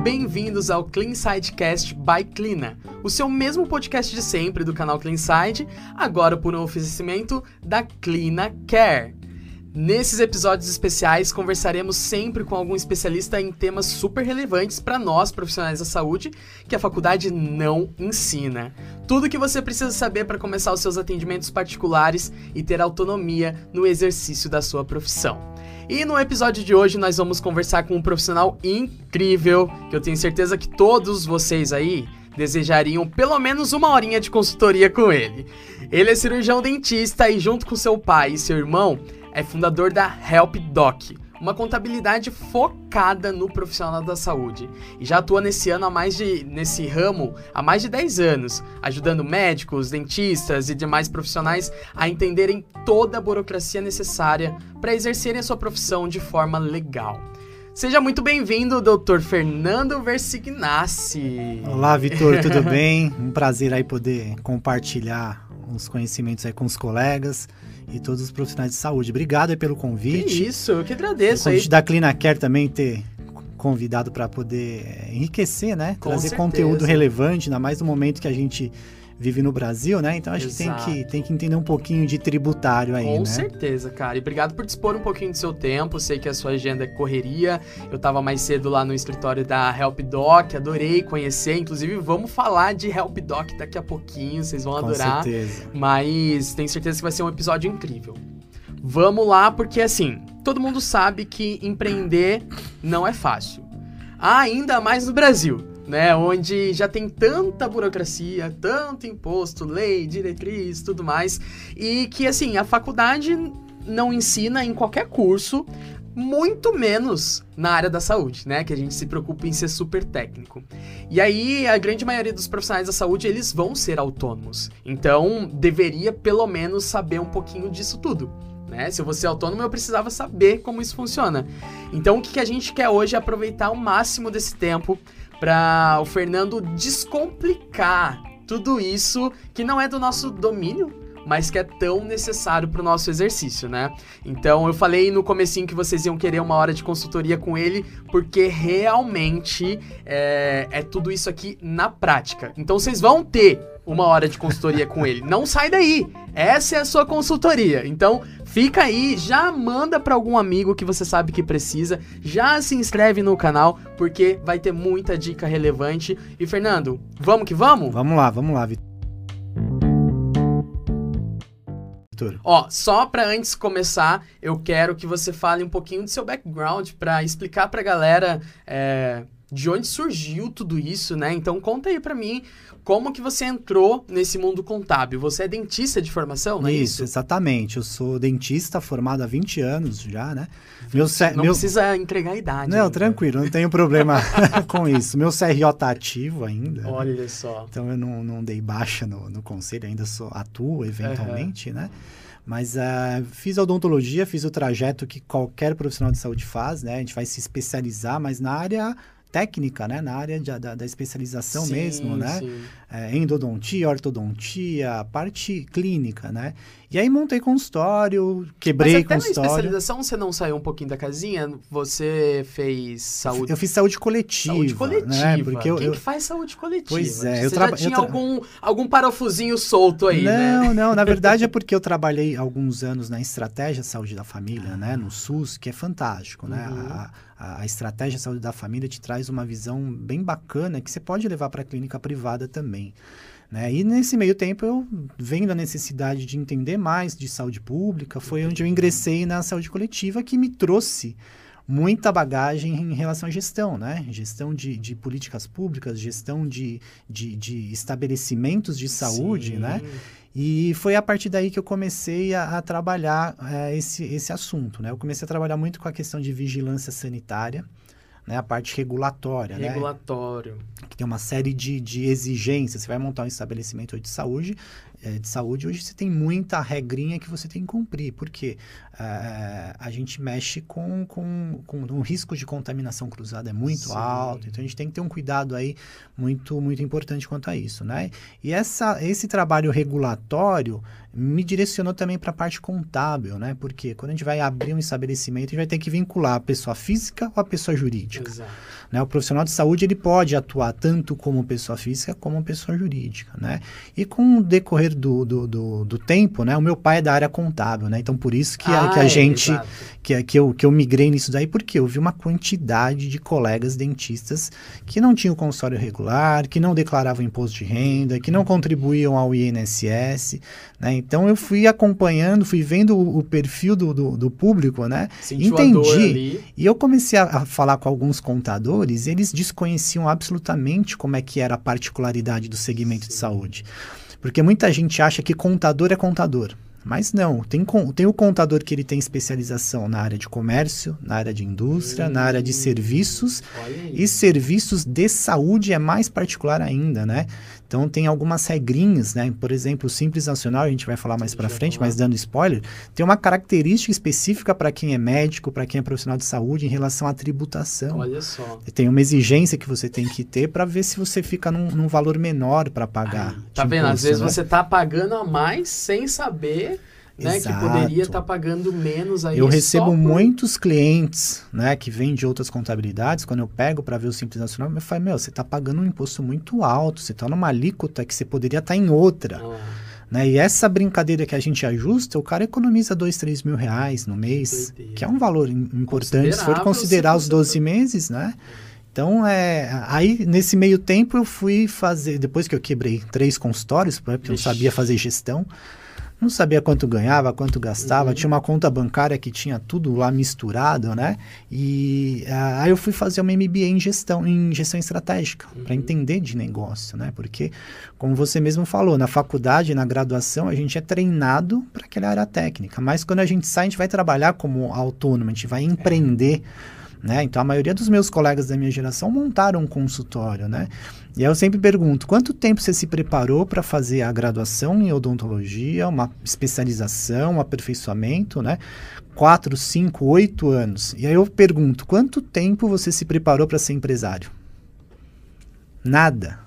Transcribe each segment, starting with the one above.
bem-vindos ao CleanSidecast by Clina, o seu mesmo podcast de sempre do canal CleanSide, agora por um oferecimento da Clina Care. Nesses episódios especiais, conversaremos sempre com algum especialista em temas super relevantes para nós, profissionais da saúde, que a faculdade não ensina. Tudo o que você precisa saber para começar os seus atendimentos particulares e ter autonomia no exercício da sua profissão. E no episódio de hoje nós vamos conversar com um profissional incrível, que eu tenho certeza que todos vocês aí desejariam pelo menos uma horinha de consultoria com ele. Ele é cirurgião dentista e junto com seu pai e seu irmão, é fundador da HelpDoc, uma contabilidade focada no profissional da saúde. E já atua nesse ramo há mais de 10 anos, ajudando médicos, dentistas e demais profissionais a entenderem toda a burocracia necessária para exercerem a sua profissão de forma legal. Seja muito bem-vindo, Dr. Fernando Versignassi. Olá, Vitor, tudo bem? Um prazer aí poder compartilhar os conhecimentos aí com os colegas e todos os profissionais de saúde. Obrigado aí pelo convite. Que isso, eu que agradeço. O convite da Clina Care também ter convidado para poder enriquecer, né? Com Trazer certeza. Conteúdo relevante, ainda mais no momento que a gente vive no Brasil, né? Então acho que tem que entender um pouquinho de tributário aí, Com né? certeza, cara. E obrigado por dispor um pouquinho do seu tempo. Sei que a sua agenda é correria. Eu tava mais cedo lá no escritório da HelpDoc, adorei conhecer. Inclusive, vamos falar de HelpDoc daqui a pouquinho, vocês vão adorar. Com certeza. Mas tenho certeza que vai ser um episódio incrível. Vamos lá, porque assim, todo mundo sabe que empreender não é fácil. Ainda mais no Brasil, né, onde já tem tanta burocracia, tanto imposto, lei, diretriz, tudo mais, e que, assim, a faculdade não ensina em qualquer curso, muito menos na área da saúde, né, que a gente se preocupa em ser super técnico. E aí, a grande maioria dos profissionais da saúde, eles vão ser autônomos, então deveria pelo menos saber um pouquinho disso tudo. Né? Se eu vou ser autônomo, eu precisava saber como isso funciona. Então, o que a gente quer hoje é aproveitar o máximo desse tempo para o Fernando descomplicar tudo isso que não é do nosso domínio, mas que é tão necessário para o nosso exercício, né? Então, eu falei no comecinho que vocês iam querer uma hora de consultoria com ele, porque realmente é tudo isso aqui na prática. Então, vocês vão ter uma hora de consultoria com ele. Não sai daí! Essa é a sua consultoria. Então, fica aí, já manda para algum amigo que você sabe que precisa, já se inscreve no canal, porque vai ter muita dica relevante. E, Fernando, vamos que vamos? Vamos lá, Vitor. Ó, só pra antes começar, eu quero que você fale um pouquinho do seu background pra explicar pra galera de onde surgiu tudo isso, né? Então conta aí pra mim como que você entrou nesse mundo contábil. Você é dentista de formação, não é isso? Isso, exatamente. Eu sou dentista formado há 20 anos já, né? Não precisa entregar a idade. Não, tranquilo, não tenho problema com isso. Meu CRO tá ativo ainda. Olha, né? Só. Então eu não dei baixa no conselho, ainda atuo eventualmente, né? Mas fiz odontologia, fiz o trajeto que qualquer profissional de saúde faz, né? A gente vai se especializar, mas na área técnica, né? Na área da especialização mesmo, né? Endodontia, ortodontia, parte clínica, né? E aí montei consultório, quebrei consultório. Mas até na especialização você não saiu um pouquinho da casinha? Você fez saúde... Eu fiz saúde coletiva. Saúde coletiva. Né? Porque Quem que faz saúde coletiva? Pois é. Você já tinha algum parafusinho solto aí, né? Não. Na verdade é porque eu trabalhei alguns anos na estratégia saúde da família, né? No SUS, que é fantástico, né? A estratégia saúde da família te traz uma visão bem bacana que você pode levar para a clínica privada também. Né? E nesse meio tempo, eu vendo a necessidade de entender mais de saúde pública, foi onde eu ingressei na saúde coletiva, que me trouxe muita bagagem em relação à gestão, né? Gestão de políticas públicas, gestão de estabelecimentos de saúde, Sim. né? E foi a partir daí que eu comecei a trabalhar esse assunto, né? Eu comecei a trabalhar muito com a questão de vigilância sanitária, né? A parte regulatória, Regulatório. né? Que tem uma série de exigências. Você vai montar um estabelecimento de saúde, de saúde, hoje você tem muita regrinha que você tem que cumprir, porque a gente mexe com o risco de contaminação cruzada é muito alto, então a gente tem que ter um cuidado aí muito, muito importante quanto a isso, né? E esse trabalho regulatório me direcionou também para a parte contábil, né? Porque quando a gente vai abrir um estabelecimento, a gente vai ter que vincular a pessoa física ou a pessoa jurídica. Exato. Né? O profissional de saúde, ele pode atuar tanto como pessoa física como pessoa jurídica, né? E com o decorrer do tempo, né? O meu pai é da área contábil, né? Então, por isso que a gente... Que eu migrei nisso daí, porque eu vi uma quantidade de colegas dentistas que não tinham consultório regular, que não declaravam imposto de renda, que não contribuíam ao INSS, né? Então, eu fui acompanhando, fui vendo o perfil do público, né? Entendi. E eu comecei a falar com alguns contadores, eles desconheciam absolutamente como é que era a particularidade do segmento de saúde. Porque muita gente acha que contador é contador. Mas não, tem o contador que ele tem especialização na área de comércio, na área de indústria, na área de serviços, e serviços de saúde é mais particular ainda, né? Então, tem algumas regrinhas, né? Por exemplo, o Simples Nacional, a gente vai falar mais para frente, mas dando spoiler, tem uma característica específica para quem é médico, para quem é profissional de saúde em relação à tributação. Olha só. Tem uma exigência que você tem que ter para ver se você fica num valor menor para pagar. Tá vendo? Às vezes você tá pagando a mais sem saber... Né, que poderia estar pagando menos aí. Eu recebo muitos clientes, né, que vêm de outras contabilidades, quando eu pego para ver o Simples Nacional, eu falo, você está pagando um imposto muito alto, você está numa alíquota que você poderia estar em outra. Né? E essa brincadeira que a gente ajusta, o cara economiza 2, 3 mil reais no mês, que é um valor importante, se for considerar os 12 meses, né? Então, aí nesse meio tempo eu fui fazer, depois que eu quebrei 3 consultórios, porque eu não sabia fazer gestão, não sabia quanto ganhava, quanto gastava, tinha uma conta bancária que tinha tudo lá misturado, né? E aí eu fui fazer uma MBA em gestão estratégica, para entender de negócio, né? Porque, como você mesmo falou, na faculdade, na graduação, a gente é treinado para aquela área técnica, mas quando a gente sai, a gente vai trabalhar como autônomo, a gente vai empreender, né? Então, a maioria dos meus colegas da minha geração montaram um consultório, né? E aí eu sempre pergunto, quanto tempo você se preparou para fazer a graduação em odontologia, uma especialização, um aperfeiçoamento, né? 4, 5, 8 anos. E aí eu pergunto, quanto tempo você se preparou para ser empresário? Nada.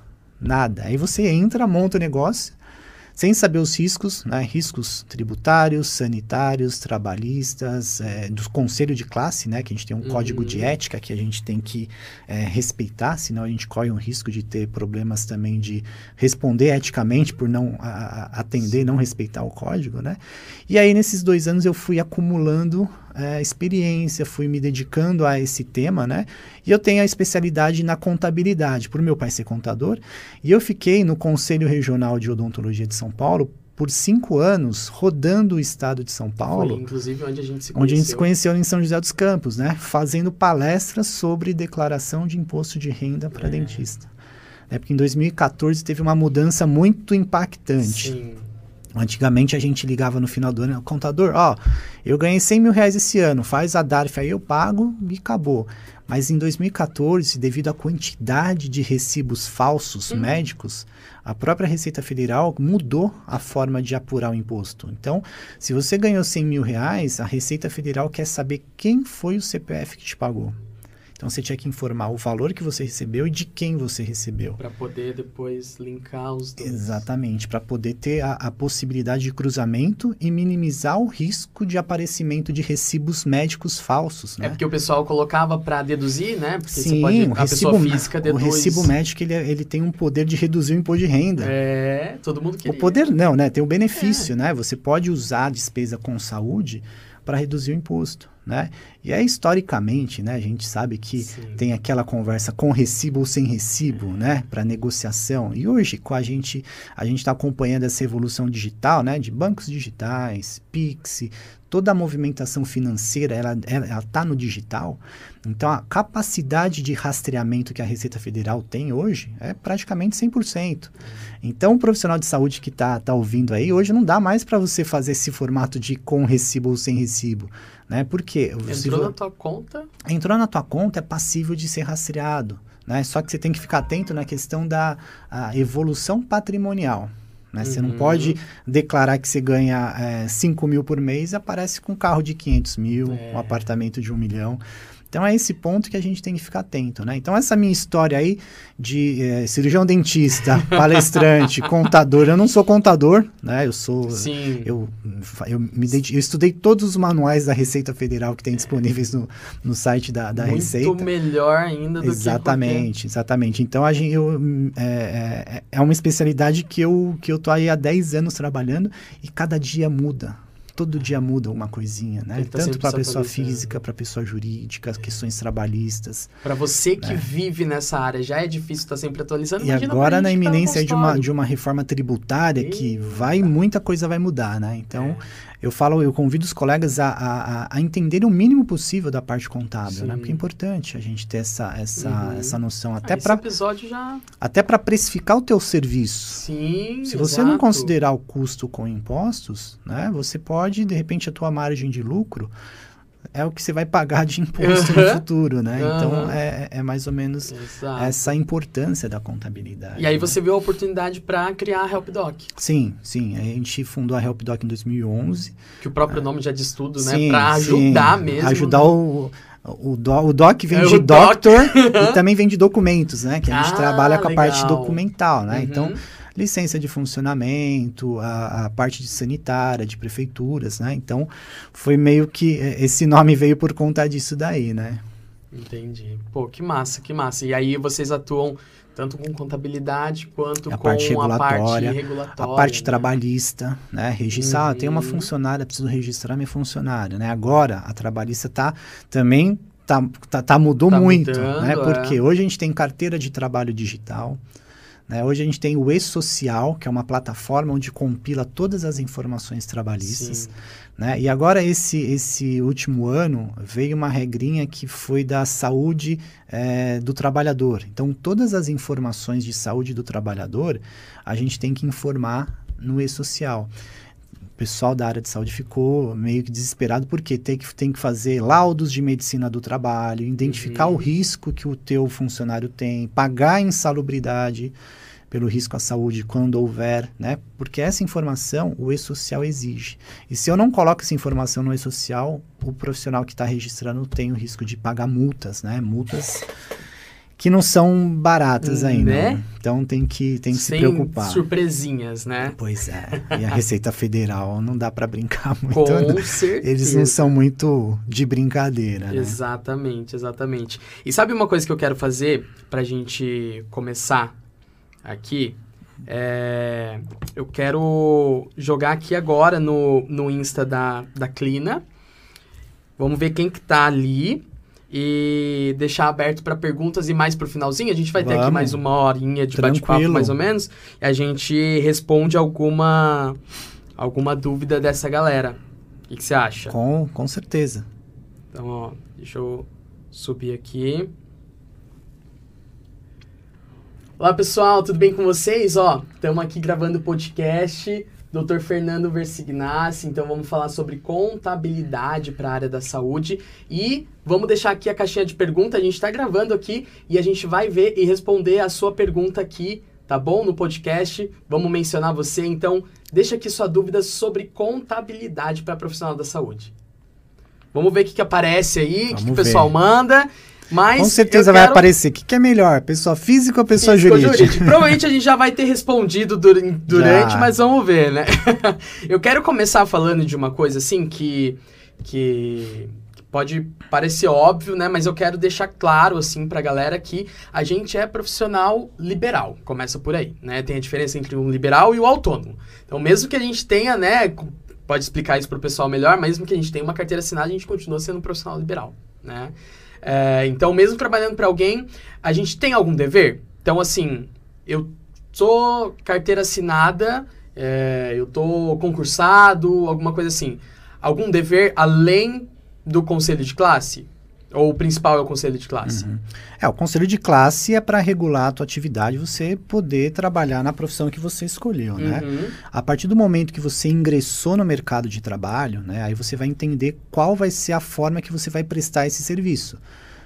Aí você entra, monta o negócio, sem saber os riscos, né? Riscos tributários, sanitários, trabalhistas, do conselho de classe, né? Que a gente tem um código de ética que a gente tem que respeitar, senão a gente corre um risco de ter problemas também de responder eticamente por não atender, não respeitar o código, né? E aí, nesses 2 anos, eu fui acumulando experiência, fui me dedicando a esse tema, né? E eu tenho a especialidade na contabilidade, por meu pai ser contador, e eu fiquei no Conselho Regional de Odontologia de São Paulo por 5 anos, rodando o estado de São Paulo. Foi, inclusive, onde a gente se conheceu. Onde a gente se conheceu em São José dos Campos, né? Fazendo palestras sobre declaração de imposto de renda para dentista. Porque em 2014 teve uma mudança muito impactante. Sim. Antigamente a gente ligava no final do ano, contador, eu ganhei 100 mil reais esse ano, faz a DARF aí eu pago e acabou. Mas em 2014, devido à quantidade de recibos falsos médicos, a própria Receita Federal mudou a forma de apurar o imposto. Então, se você ganhou 100 mil reais, a Receita Federal quer saber quem foi o CPF que te pagou. Então, você tinha que informar o valor que você recebeu e de quem você recebeu. Para poder depois linkar os dois. Exatamente, para poder ter a possibilidade de cruzamento e minimizar o risco de aparecimento de recibos médicos falsos, né? Porque o pessoal colocava para deduzir, né? Porque sim, você pode, a pessoa física deduz. O recibo médico, ele tem um poder de reduzir o imposto de renda. Todo mundo queria. O poder não, né? Tem o benefício, né? Você pode usar a despesa com saúde para reduzir o imposto, né? E aí, historicamente, né, a gente sabe que tem aquela conversa com recibo ou sem recibo, né, para negociação. E hoje, com a gente está acompanhando essa evolução digital, né, de bancos digitais, Pix, toda a movimentação financeira, ela está no digital. Então, a capacidade de rastreamento que a Receita Federal tem hoje é praticamente 100%. Então, o profissional de saúde que tá ouvindo aí, hoje não dá mais para você fazer esse formato de com recibo ou sem recibo, né? Porque entrou na tua conta? Entrou na tua conta, é passível de ser rastreado, né? Só que você tem que ficar atento na questão da evolução patrimonial. né? Você não pode declarar que você ganha 5 mil por mês e aparece com um carro de 500 mil, um apartamento de 1 milhão. Então, é esse ponto que a gente tem que ficar atento, né? Então, essa minha história aí de cirurgião dentista, palestrante, contador. Eu não sou contador, né? Eu sou... Sim. Eu estudei todos os manuais da Receita Federal que tem disponíveis no site da Receita. Muito melhor ainda do exatamente. Então, é uma especialidade que eu tô aí há 10 anos trabalhando e cada dia muda. Todo dia muda uma coisinha, né? Tanto para a pessoa física, para a pessoa jurídica, questões trabalhistas. Para você que vive nessa área, já é difícil estar sempre atualizando. E agora na iminência de uma reforma tributária que muita coisa vai mudar, né? Então, eu convido os colegas a entenderem o mínimo possível da parte contábil, né? Porque é importante a gente ter essa noção. Até para precificar o teu serviço. Sim, se você não considerar o custo com impostos, né? Você pode, de repente, a tua margem de lucro é o que você vai pagar de imposto no futuro, né? Então, é mais ou menos essa importância da contabilidade. E aí você viu a oportunidade para criar a HelpDoc. Sim. A gente fundou a HelpDoc em 2011. Que o próprio nome já diz tudo, né? Para ajudar mesmo. Ajudar o doc vem de doctor e também vem de documentos, né? Que a gente trabalha com a parte documental, né? Então, licença de funcionamento, a parte de sanitária, de prefeituras, né? Então, foi meio que... Esse nome veio por conta disso daí, né? Entendi. Pô, que massa. E aí vocês atuam tanto com contabilidade quanto com a parte regulatória. A parte trabalhista, né? Registrar, tem uma funcionária, preciso registrar minha funcionária, né? Agora, a trabalhista mudou muito, mudando, né? Porque hoje a gente tem carteira de trabalho digital, né? Hoje a gente tem o E-Social, que é uma plataforma onde compila todas as informações trabalhistas, né? E agora, esse último ano, veio uma regrinha que foi da saúde do trabalhador. Então, todas as informações de saúde do trabalhador, a gente tem que informar no E-Social. O pessoal da área de saúde ficou meio que desesperado, porque tem que fazer laudos de medicina do trabalho, identificar o risco que o teu funcionário tem, pagar a insalubridade pelo risco à saúde quando houver, né? Porque essa informação o E-Social exige. E se eu não coloco essa informação no E-Social, o profissional que está registrando tem o risco de pagar multas, né? Multas que não são baratas ainda. Né? Então tem que se preocupar. Surpresinhas, né? Pois é. E a Receita Federal não dá para brincar muito. Com certeza. Eles não são muito de brincadeira, né? Exatamente. E sabe uma coisa que eu quero fazer pra gente começar aqui? Eu quero jogar aqui agora no Insta da Clina. Vamos ver quem que tá ali. E deixar aberto para perguntas e mais pro finalzinho. A gente vai ter aqui mais uma horinha de bate-papo, mais ou menos. E a gente responde alguma dúvida dessa galera. O que você acha? Com certeza. Então, ó, deixa eu subir aqui. Olá, pessoal, tudo bem com vocês? Ó, estamos aqui gravando o podcast Dr. Fernando Versignassi, então vamos falar sobre contabilidade para a área da saúde e vamos deixar aqui a caixinha de pergunta, a gente está gravando aqui e a gente vai ver e responder a sua pergunta aqui, tá bom? No podcast, vamos mencionar você, então deixa aqui sua dúvida sobre contabilidade para profissional da saúde. Vamos ver o que aparece aí, o que o pessoal manda. Mas com certeza vai aparecer. O que é melhor? Pessoa física ou pessoa jurídica? Provavelmente a gente já vai ter respondido durante, mas vamos ver, né? Eu quero começar falando de uma coisa assim que pode parecer óbvio, né? Mas eu quero deixar claro assim pra galera que a gente é profissional liberal. Começa por aí, né? Tem a diferença entre o liberal e o autônomo. Então, mesmo que a gente tenha, né? Pode explicar isso pro pessoal melhor, mesmo que a gente tenha uma carteira assinada, a gente continua sendo um profissional liberal, né? Então, mesmo trabalhando para alguém, a gente tem algum dever? Então, assim, eu sou carteira assinada, eu tô concursado, alguma coisa assim. Algum dever além do conselho de classe? Ou o principal é o conselho de classe? O conselho de classe é para regular a tua atividade, você poder trabalhar na profissão que você escolheu, né? A partir do momento que você ingressou no mercado de trabalho, né, aí você vai entender qual vai ser a forma que você vai prestar esse serviço.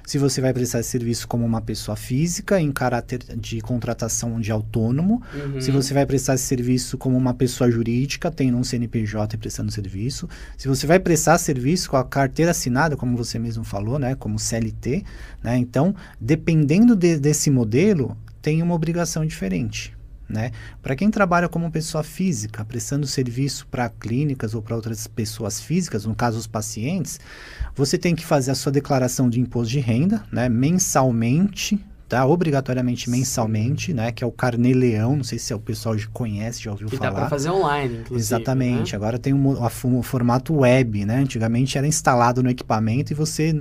se você vai prestar esse serviço como uma pessoa física, em caráter de contratação de autônomo, se você vai prestar esse serviço como uma pessoa jurídica, tendo um CNPJ e prestando serviço, se você vai prestar serviço com a carteira assinada, como você mesmo falou, né, como CLT, né, então, dependendo desse modelo, tem uma obrigação diferente. Né? Para quem trabalha como pessoa física, prestando serviço para clínicas ou para outras pessoas físicas, no caso os pacientes, você tem que fazer a sua declaração de imposto de renda, né, mensalmente, tá? Obrigatoriamente mensalmente, né, que é o Carnê-Leão, não sei se o pessoal já conhece, já ouviu falar. Que dá para fazer online, inclusive. Exatamente, né? Agora tem o formato web, né? Antigamente era instalado no equipamento e você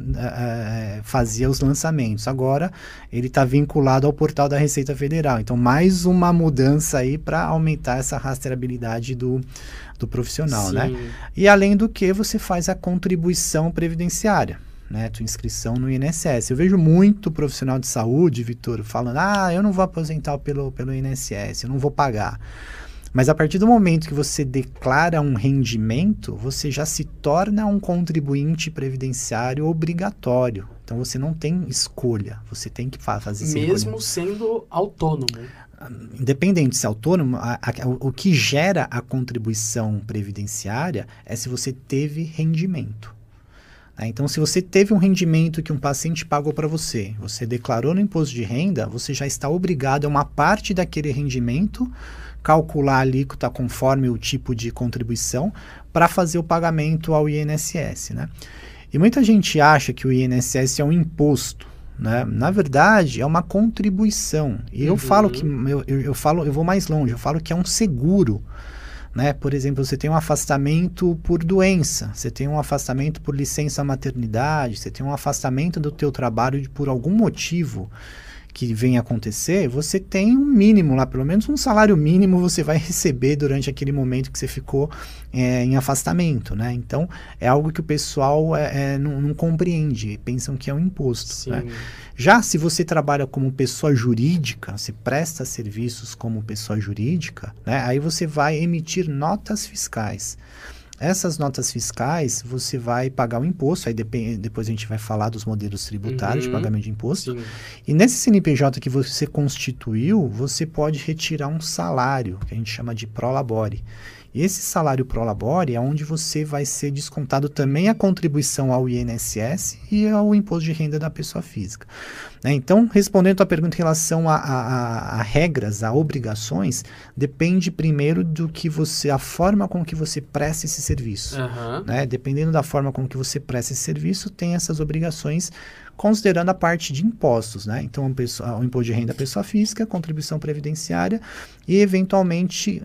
fazia os lançamentos. Agora ele está vinculado ao portal da Receita Federal. Então, mais uma mudança aí para aumentar essa rastreabilidade do profissional, Sim. né? E além do que, você faz a contribuição previdenciária. Né, tua inscrição no INSS. Eu vejo muito profissional de saúde, Vitor, falando, eu não vou aposentar pelo INSS, eu não vou pagar. Mas a partir do momento que você declara um rendimento, você já se torna um contribuinte previdenciário obrigatório. Então você não tem escolha, você tem que fazer esse mesmo sendo autônomo. Independente de ser autônomo, o que gera a contribuição previdenciária é se você teve rendimento. Então, se você teve um rendimento que um paciente pagou para você, você declarou no imposto de renda, você já está obrigado a uma parte daquele rendimento, calcular a alíquota conforme o tipo de contribuição, para fazer o pagamento ao INSS. Né? E muita gente acha que o INSS é um imposto. Né? Na verdade, é uma contribuição. E eu falo que eu vou mais longe, eu falo que é um seguro. Né? Por exemplo, você tem um afastamento por doença, você tem um afastamento por licença maternidade, você tem um afastamento do teu trabalho por algum motivo que venha acontecer, você tem um mínimo lá, pelo menos um salário mínimo você vai receber durante aquele momento que você ficou em afastamento, né? Então, é algo que o pessoal não compreende, pensam que é um imposto, né? Já se você trabalha como pessoa jurídica, você presta serviços como pessoa jurídica, né? Aí você vai emitir notas fiscais. Essas notas fiscais, você vai pagar o imposto, aí depois a gente vai falar dos modelos tributários de pagamento de imposto. Sim. E nesse CNPJ que você constituiu, você pode retirar um salário, que a gente chama de prolabore. E esse salário prolabore é onde você vai ser descontado também a contribuição ao INSS e ao imposto de renda da pessoa física. Então, respondendo a pergunta em relação a regras, a obrigações, depende primeiro a forma com que você presta esse serviço. Né? Dependendo da forma com que você presta esse serviço, tem essas obrigações, considerando a parte de impostos, né? Então, o imposto de renda da pessoa física, contribuição previdenciária e, eventualmente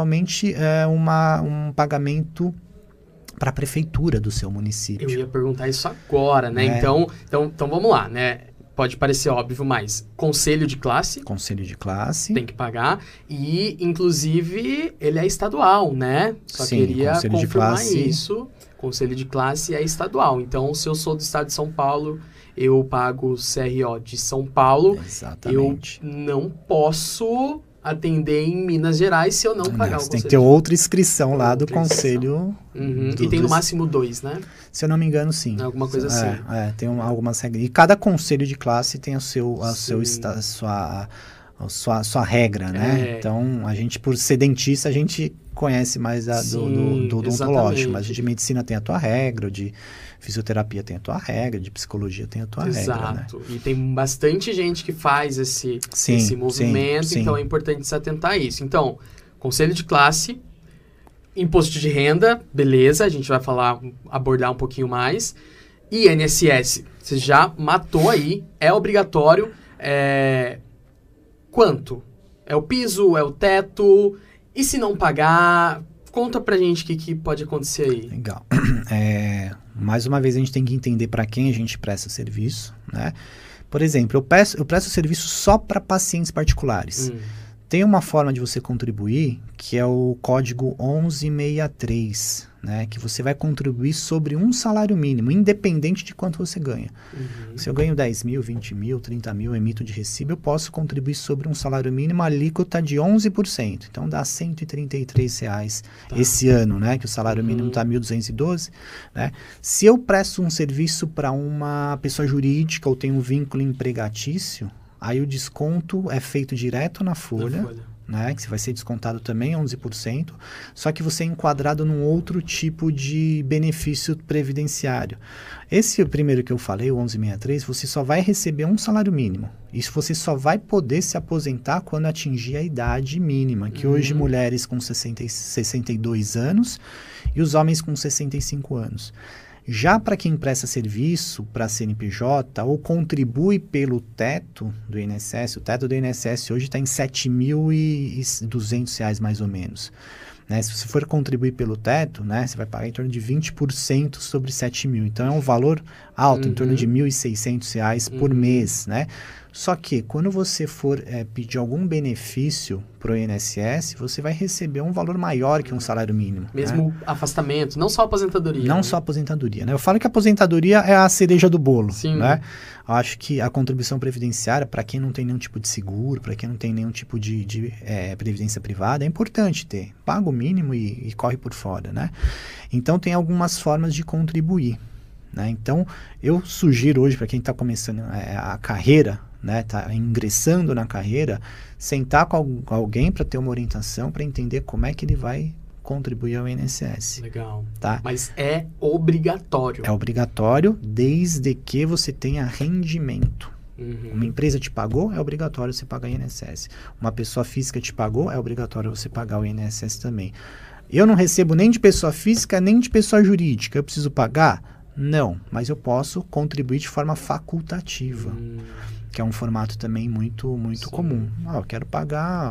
um pagamento para a prefeitura do seu município. Eu ia perguntar isso agora, né? Então, vamos lá, né? Pode parecer óbvio, mas conselho de classe... Conselho de classe. Tem que pagar. E, inclusive, ele é estadual, né? Só Sim, queria conselho confirmar de classe. isso. Conselho de classe é estadual. Então, se eu sou do estado de São Paulo, eu pago o CRO de São Paulo. Exatamente. Eu não posso atender em Minas Gerais se eu não pagar o conselho. Tem que ter outra inscrição lá do conselho. E tem no máximo 2, né? Se eu não me engano, sim. Alguma coisa assim. Tem algumas regras. E cada conselho de classe tem a sua regra, né? Então, a gente, por ser dentista, a gente conhece mais do odontológico, mas de medicina tem a tua regra, de fisioterapia tem a tua regra, de psicologia tem a tua regra, né? Exato. E tem bastante gente que faz esse movimento, então é importante se atentar a isso. Então, conselho de classe, imposto de renda, beleza, a gente vai abordar um pouquinho mais. INSS, você já matou aí, é obrigatório. Quanto? É o piso? É o teto? E se não pagar? Conta pra gente o que pode acontecer aí. Legal. Mais uma vez, a gente tem que entender para quem a gente presta serviço, né? Por exemplo, eu presto serviço só para pacientes particulares. Tem uma forma de você contribuir, que é o código 1163, né, que você vai contribuir sobre um salário mínimo, independente de quanto você ganha. Se eu ganho 10 mil, 20 mil, 30 mil, emito de recibo, eu posso contribuir sobre um salário mínimo, alíquota de 11%. Então, dá R$133 esse ano, né, que o salário mínimo está 1.212. Né? Se eu presto um serviço para uma pessoa jurídica ou tenho um vínculo empregatício, aí o desconto é feito direto na folha. Né, que vai ser descontado também 11%, só que você é enquadrado num outro tipo de benefício previdenciário. Esse primeiro que eu falei, o 1163, você só vai receber um salário mínimo. Isso você só vai poder se aposentar quando atingir a idade mínima, que hoje mulheres com 62 anos e os homens com 65 anos. Já para quem presta serviço para a CNPJ ou contribui pelo teto do INSS, o teto do INSS hoje está em R$7.200 mais ou menos. Né? Se você for contribuir pelo teto, né, você vai pagar em torno de 20% sobre 7 mil. Então, é um valor alto, em torno de R$1.600 por mês, né? Só que, quando você for pedir algum benefício para o INSS, você vai receber um valor maior que um salário mínimo. Mesmo afastamento, não só aposentadoria. Não só aposentadoria, né? Eu falo que a aposentadoria é a cereja do bolo, Sim. Né? Eu acho que a contribuição previdenciária, para quem não tem nenhum tipo de seguro, para quem não tem nenhum tipo de previdência privada, é importante ter. Paga o mínimo e corre por fora, né? Então, tem algumas formas de contribuir. Né? Então, eu sugiro hoje, para quem está começando a carreira, né, tá ingressando na carreira, sentar com alguém para ter uma orientação, para entender como é que ele vai contribuir ao INSS. Legal. Tá? Mas é obrigatório. É obrigatório desde que você tenha rendimento. Uma empresa te pagou, é obrigatório você pagar o INSS. Uma pessoa física te pagou, é obrigatório você pagar o INSS também. Eu não recebo nem de pessoa física, nem de pessoa jurídica. Eu preciso pagar? Não, mas eu posso contribuir de forma facultativa. Que é um formato também muito comum. Eu quero pagar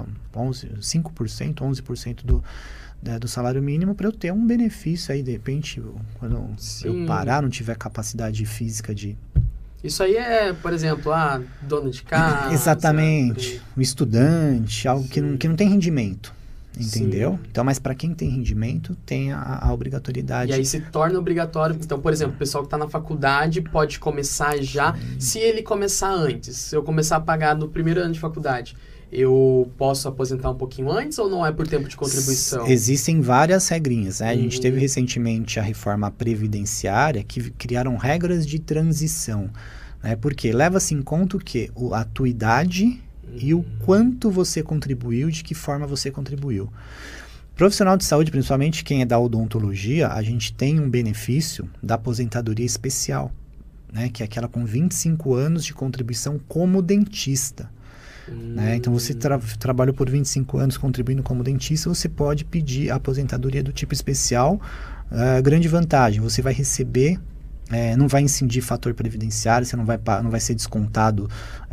5%, 11% do salário mínimo para eu ter um benefício aí, de repente, quando eu parar, não tiver capacidade física de... Isso aí é, por exemplo, a dona de casa... Exatamente. O estudante, algo que não tem rendimento. Entendeu? Sim. Então, mas para quem tem rendimento, tem a obrigatoriedade. E aí se torna obrigatório. Então, por exemplo, o pessoal que está na faculdade pode começar já. Se ele começar antes, se eu começar a pagar no primeiro ano de faculdade, eu posso aposentar um pouquinho antes ou não é por tempo de contribuição? Existem várias regrinhas, né? A gente teve recentemente a reforma previdenciária que criaram regras de transição. Né? Porque leva-se em conta o quê? A tua idade... e o quanto você contribuiu, de que forma você contribuiu. Profissional de saúde, principalmente quem é da odontologia, a gente tem um benefício da aposentadoria especial, né? Que é aquela com 25 anos de contribuição como dentista. Né? Então, você trabalhou por 25 anos contribuindo como dentista, você pode pedir a aposentadoria do tipo especial. Grande vantagem, você vai receber... não vai incidir fator previdenciário, você não vai ser descontado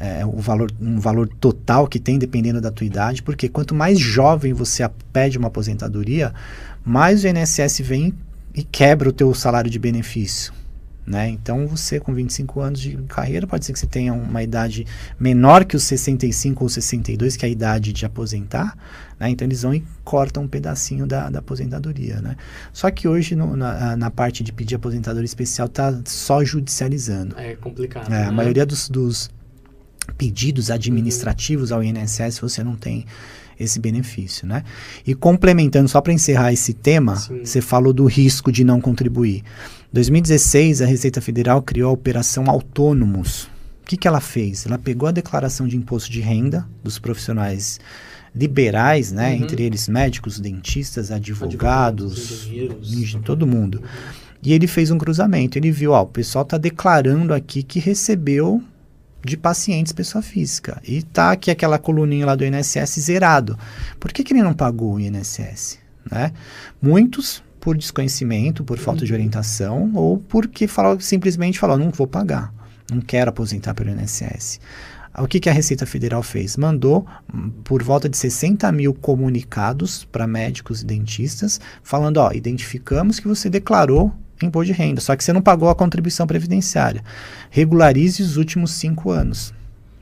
um valor total que tem dependendo da tua idade, porque quanto mais jovem você pede uma aposentadoria, mais o INSS vem e quebra o teu salário de benefício. Né? Então, você com 25 anos de carreira, pode ser que você tenha uma idade menor que os 65 ou 62, que é a idade de aposentar, né? Então, eles vão e cortam um pedacinho da aposentadoria. Né? Só que hoje, na parte de pedir aposentadoria especial, está só judicializando. É complicado. A né? maioria dos pedidos administrativos ao INSS, você não tem esse benefício. Né? E complementando, só para encerrar esse tema, você falou do risco de não contribuir. Em 2016, a Receita Federal criou a Operação Autônomos. O que ela fez? Ela pegou a declaração de imposto de renda dos profissionais liberais, né? Entre eles médicos, dentistas, advogados, todo mundo. E ele fez um cruzamento. Ele viu, o pessoal está declarando aqui que recebeu de pacientes pessoa física. E está aqui aquela coluninha lá do INSS zerado. Por que ele não pagou o INSS? Né? Muitos... por desconhecimento, por falta de orientação, ou porque simplesmente falou, não vou pagar, não quero aposentar pelo INSS. O que a Receita Federal fez? Mandou por volta de 60 mil comunicados para médicos e dentistas, falando, identificamos que você declarou imposto de renda, só que você não pagou a contribuição previdenciária. Regularize os últimos 5 anos.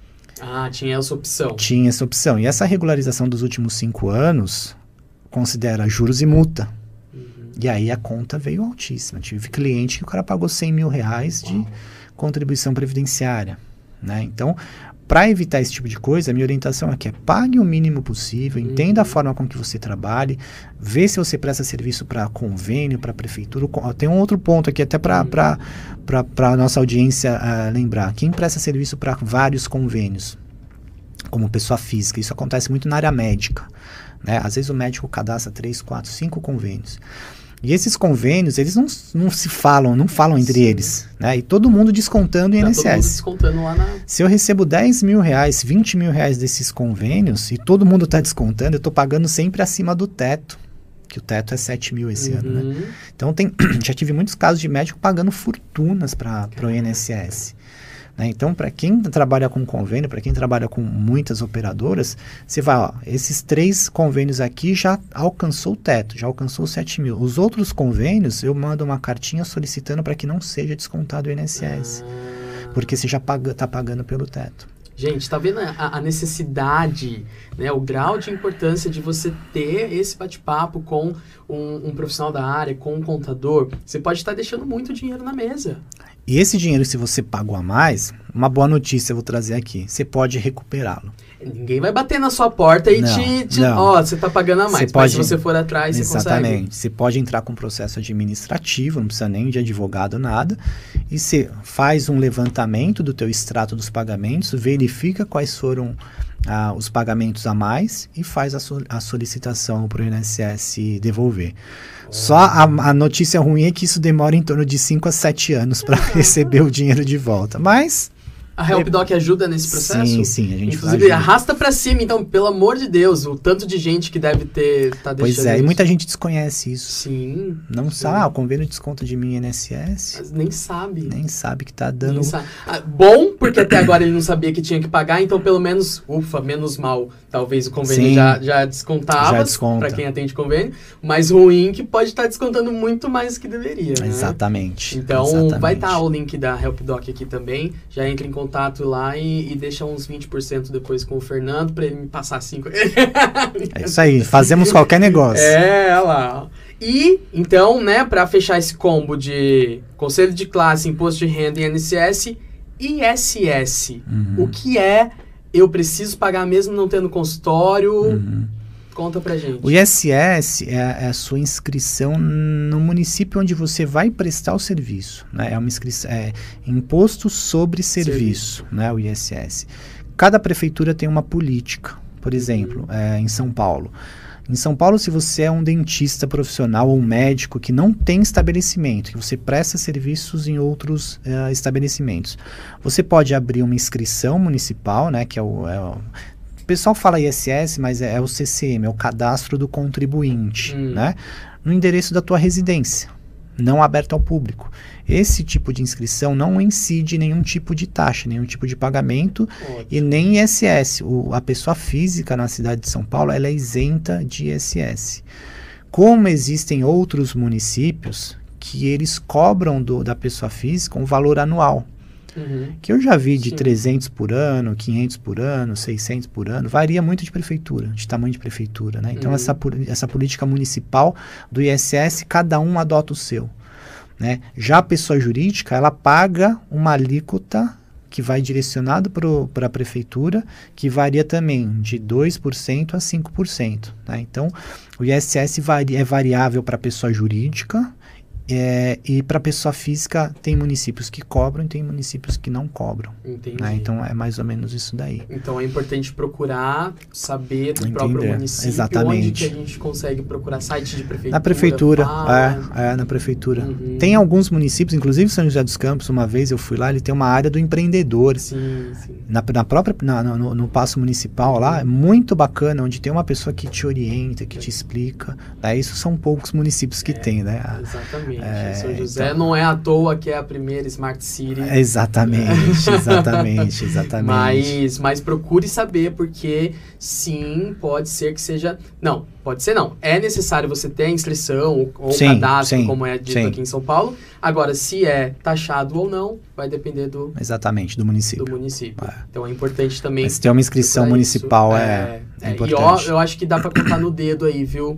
Tinha essa opção. Tinha essa opção. E essa regularização dos últimos 5 anos considera juros e multa. E aí a conta veio altíssima. Tive cliente que o cara pagou R$100 mil de contribuição previdenciária, né? Então, para evitar esse tipo de coisa, a minha orientação aqui é pague o mínimo possível, entenda a forma com que você trabalhe, vê se você presta serviço para convênio, para prefeitura. Tem um outro ponto aqui até para a nossa audiência lembrar. Quem presta serviço para vários convênios, como pessoa física, isso acontece muito na área médica, né? Às vezes o médico cadastra 3, 4, 5 convênios. E esses convênios, eles não falam entre eles, né? E todo mundo descontando o INSS. Todo mundo descontando lá na... Se eu recebo R$10 mil, R$20 mil desses convênios, e todo mundo está descontando, eu estou pagando sempre acima do teto, que o teto é 7 mil esse ano, né? Então, já tive muitos casos de médico pagando fortunas para o INSS. Então, para quem trabalha com convênio, para quem trabalha com muitas operadoras, você vai, ó, esses 3 convênios aqui já alcançou o teto, já alcançou os 7 mil. Os outros convênios, eu mando uma cartinha solicitando para que não seja descontado o INSS, porque você já está pagando pelo teto. Gente, tá vendo a necessidade, né, o grau de importância de você ter esse bate-papo com um profissional da área, com um contador? Você pode estar deixando muito dinheiro na mesa. E esse dinheiro, se você pagou a mais, uma boa notícia eu vou trazer aqui, você pode recuperá-lo. Ninguém vai bater na sua porta e você tá pagando a mais, mas se você for atrás, você consegue. Exatamente, você pode entrar com um processo administrativo, não precisa nem de advogado, nada, e você faz um levantamento do teu extrato dos pagamentos, verifica quais foram os pagamentos a mais e faz a solicitação para o INSS devolver. Só a notícia ruim é que isso demora em torno de 5 a 7 anos para receber o dinheiro de volta, mas... A HelpDoc ajuda nesse processo? Sim, a gente inclusive, arrasta pra cima, então, pelo amor de Deus, o tanto de gente que deve tá deixando Pois é, e muita gente desconhece isso. Sim. Não sabe, o convênio de desconto de mim INSS. Mas nem sabe. Nem sabe que tá dando... Bom, porque até agora ele não sabia que tinha que pagar, então pelo menos, menos mal. Talvez o convênio já descontava, já desconta. Pra quem atende convênio, mas ruim que pode estar descontando muito mais do que deveria, né? Exatamente. Então, vai estar o link da HelpDoc aqui também, já entra em contato lá e deixa uns 20% depois com o Fernando pra ele me passar 5. É isso aí, fazemos qualquer negócio. Olha lá. E, então, né, pra fechar esse combo de Conselho de Classe, Imposto de Renda e INSS, ISS. O que é? Eu preciso pagar mesmo não tendo consultório? Conta pra gente. O ISS é a sua inscrição no município onde você vai prestar o serviço, né? É uma inscrição, imposto sobre serviço, né? O ISS. Cada prefeitura tem uma política. Por exemplo, em São Paulo. Em São Paulo, se você é um dentista profissional ou um médico que não tem estabelecimento, que você presta serviços em outros estabelecimentos, você pode abrir uma inscrição municipal, né? Que o pessoal fala ISS, mas é o CCM, é o cadastro do contribuinte, né? No endereço da tua residência, não aberto ao público. Esse tipo de inscrição não incide nenhum tipo de taxa, nenhum tipo de pagamento. Ótimo. E nem ISS. A pessoa física na cidade de São Paulo, ela é isenta de ISS. Como existem outros municípios que eles cobram da pessoa física um valor anual. Que eu já vi de 300 por ano, 500 por ano, 600 por ano, varia muito de prefeitura, de tamanho de prefeitura, né? Então, essa política municipal do ISS, cada um adota o seu, né? Já a pessoa jurídica, ela paga uma alíquota que vai direcionado para a prefeitura, que varia também de 2% a 5%, né? Então, o ISS é variável para a pessoa jurídica, e para pessoa física tem municípios que cobram e tem municípios que não cobram. Entendi. Né? Então é mais ou menos isso daí. Então é importante procurar saber do próprio município. Exatamente. Onde que a gente consegue procurar site de prefeitura. Na prefeitura, na prefeitura. Tem alguns municípios, inclusive São José dos Campos, uma vez eu fui lá, ele tem uma área do empreendedor. Sim. No Paço Municipal lá, é muito bacana, onde tem uma pessoa que te orienta, que te explica. Isso são poucos municípios que tem, né? Exatamente. São José então, não é à toa que é a primeira Smart City. Exatamente. Mas procure saber, porque sim, pode ser que seja... Não, pode ser não. É necessário você ter a inscrição ou cadastro, como é dito aqui em São Paulo. Agora, se é taxado ou não, vai depender do... Exatamente, do município. Então é importante também... Mas se tem uma inscrição municipal, é importante. E eu acho que dá pra contar no dedo aí, viu?